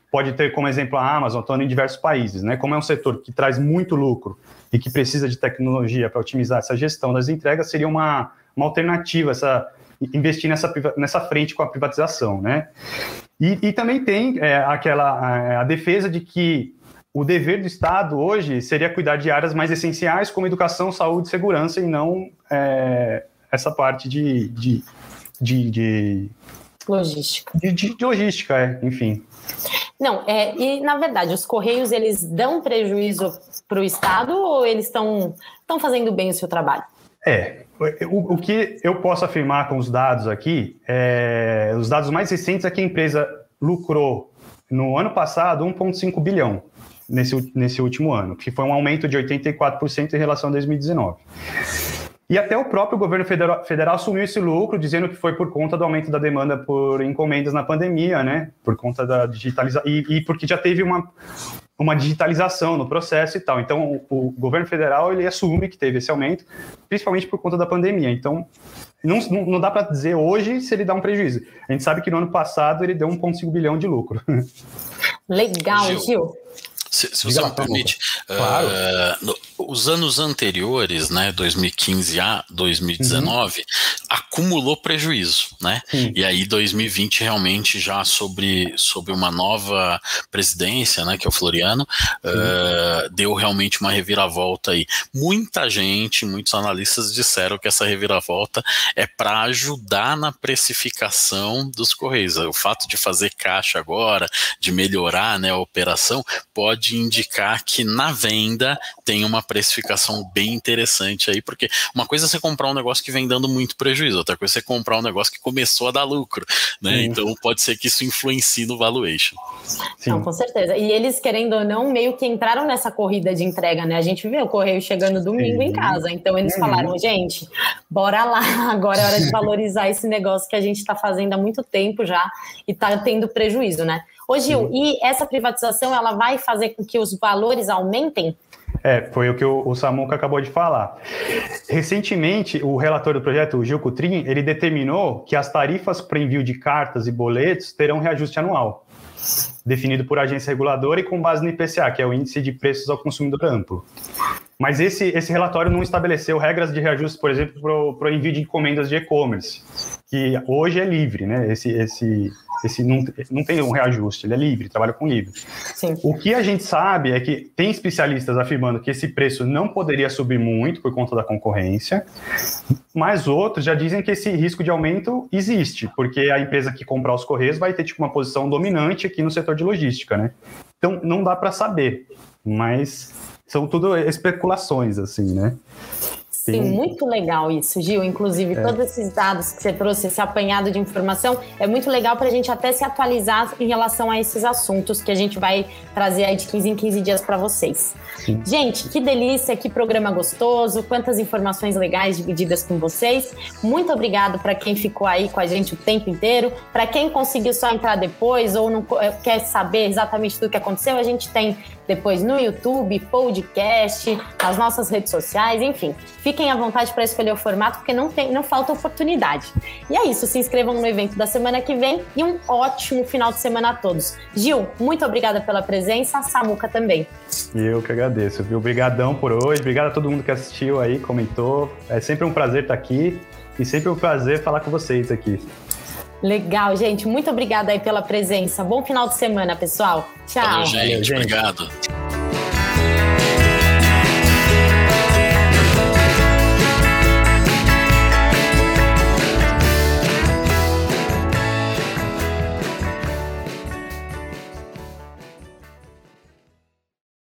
pode ter como exemplo a Amazon, atuando em diversos países, né? Como é um setor que traz muito lucro e que precisa de tecnologia para otimizar essa gestão das entregas, seria uma, uma alternativa, essa, investir nessa, nessa frente com a privatização, né? E, e também tem é, aquela, a, a defesa de que o dever do Estado hoje seria cuidar de áreas mais essenciais, como educação, saúde e segurança, e não é, essa parte de... de, de, de logística. De, de, de logística, é, enfim. Não, é, e na verdade, os Correios, eles dão prejuízo para o Estado ou eles estão fazendo bem o seu trabalho? É, o, o que eu posso afirmar com os dados aqui, é, os dados mais recentes é que a empresa lucrou no ano passado um vírgula cinco bilhão nesse, nesse último ano, que foi um aumento de oitenta e quatro por cento em relação a dois mil e dezenove. E até o próprio governo federal, federal assumiu esse lucro, dizendo que foi por conta do aumento da demanda por encomendas na pandemia, né? Por conta da digitalização, e, e porque já teve uma, uma digitalização no processo e tal. Então, o, o governo federal, ele assume que teve esse aumento, principalmente por conta da pandemia. Então, não, não, não dá para dizer hoje se ele dá um prejuízo. A gente sabe que no ano passado ele deu um vírgula cinco bilhão de lucro. Legal, Gil. Gil. Se, se você me permite, claro. uh, no, os anos anteriores, né, dois mil e quinze a dois mil e dezenove, uhum. acumulou prejuízo, né? Sim. E aí dois mil e vinte realmente já sobre, sobre uma nova presidência, né, que é o Floriano, uh, deu realmente uma reviravolta aí. Muita gente, muitos analistas disseram que essa reviravolta é para ajudar na precificação dos Correios. O fato de fazer caixa agora, de melhorar, né, a operação, pode de indicar que na venda tem uma precificação bem interessante aí, porque uma coisa é você comprar um negócio que vem dando muito prejuízo, outra coisa é você comprar um negócio que começou a dar lucro, né? Sim. Então pode ser que isso influencie no valuation. Sim. Não, com certeza. E eles, querendo ou não, meio que entraram nessa corrida de entrega, né? A gente vê o correio chegando domingo Sim. em casa, então eles uhum. falaram, gente, bora lá, agora é hora de valorizar esse negócio que a gente está fazendo há muito tempo já e está tendo prejuízo, né? Ô Gil, Sim. e essa privatização, ela vai fazer com que os valores aumentem? É, foi o que o, o Samuca acabou de falar. Recentemente, o relator do projeto, o Gil Coutrin, ele determinou que as tarifas para envio de cartas e boletos terão reajuste anual, definido por agência reguladora e com base no I P C A, que é o Índice de Preços ao Consumidor Amplo. Mas esse, esse relatório não estabeleceu regras de reajuste, por exemplo, para o envio de encomendas de e-commerce, que hoje é livre, né? Esse, esse, esse não, não tem um reajuste, ele é livre, trabalha com livre. Sim. O que a gente sabe é que tem especialistas afirmando que esse preço não poderia subir muito por conta da concorrência, mas outros já dizem que esse risco de aumento existe, porque a empresa que comprar os Correios vai ter tipo, uma posição dominante aqui no setor de logística, né? Então não dá para saber, mas são tudo especulações, assim, né? Sim, muito legal isso, Gil. Inclusive, é. todos esses dados que você trouxe, esse apanhado de informação, é muito legal para a gente até se atualizar em relação a esses assuntos que a gente vai trazer aí de quinze em quinze dias para vocês. Sim. Gente, que delícia, que programa gostoso, quantas informações legais divididas com vocês. Muito obrigado para quem ficou aí com a gente o tempo inteiro. Para quem conseguiu só entrar depois ou não quer saber exatamente tudo que aconteceu, a gente tem depois no YouTube, podcast, nas nossas redes sociais, enfim. Fiquem à vontade para escolher o formato, porque não, tem, não falta oportunidade. E é isso, se inscrevam no evento da semana que vem e um ótimo final de semana a todos. Gil, muito obrigada pela presença, Samuca também. Eu que agradeço, viu? Obrigadão por hoje, obrigado a todo mundo que assistiu aí, comentou. É sempre um prazer estar aqui e sempre um prazer falar com vocês aqui. Legal, gente. Muito obrigada aí pela presença. Bom final de semana, pessoal. Tchau. Valeu, gente. Obrigado.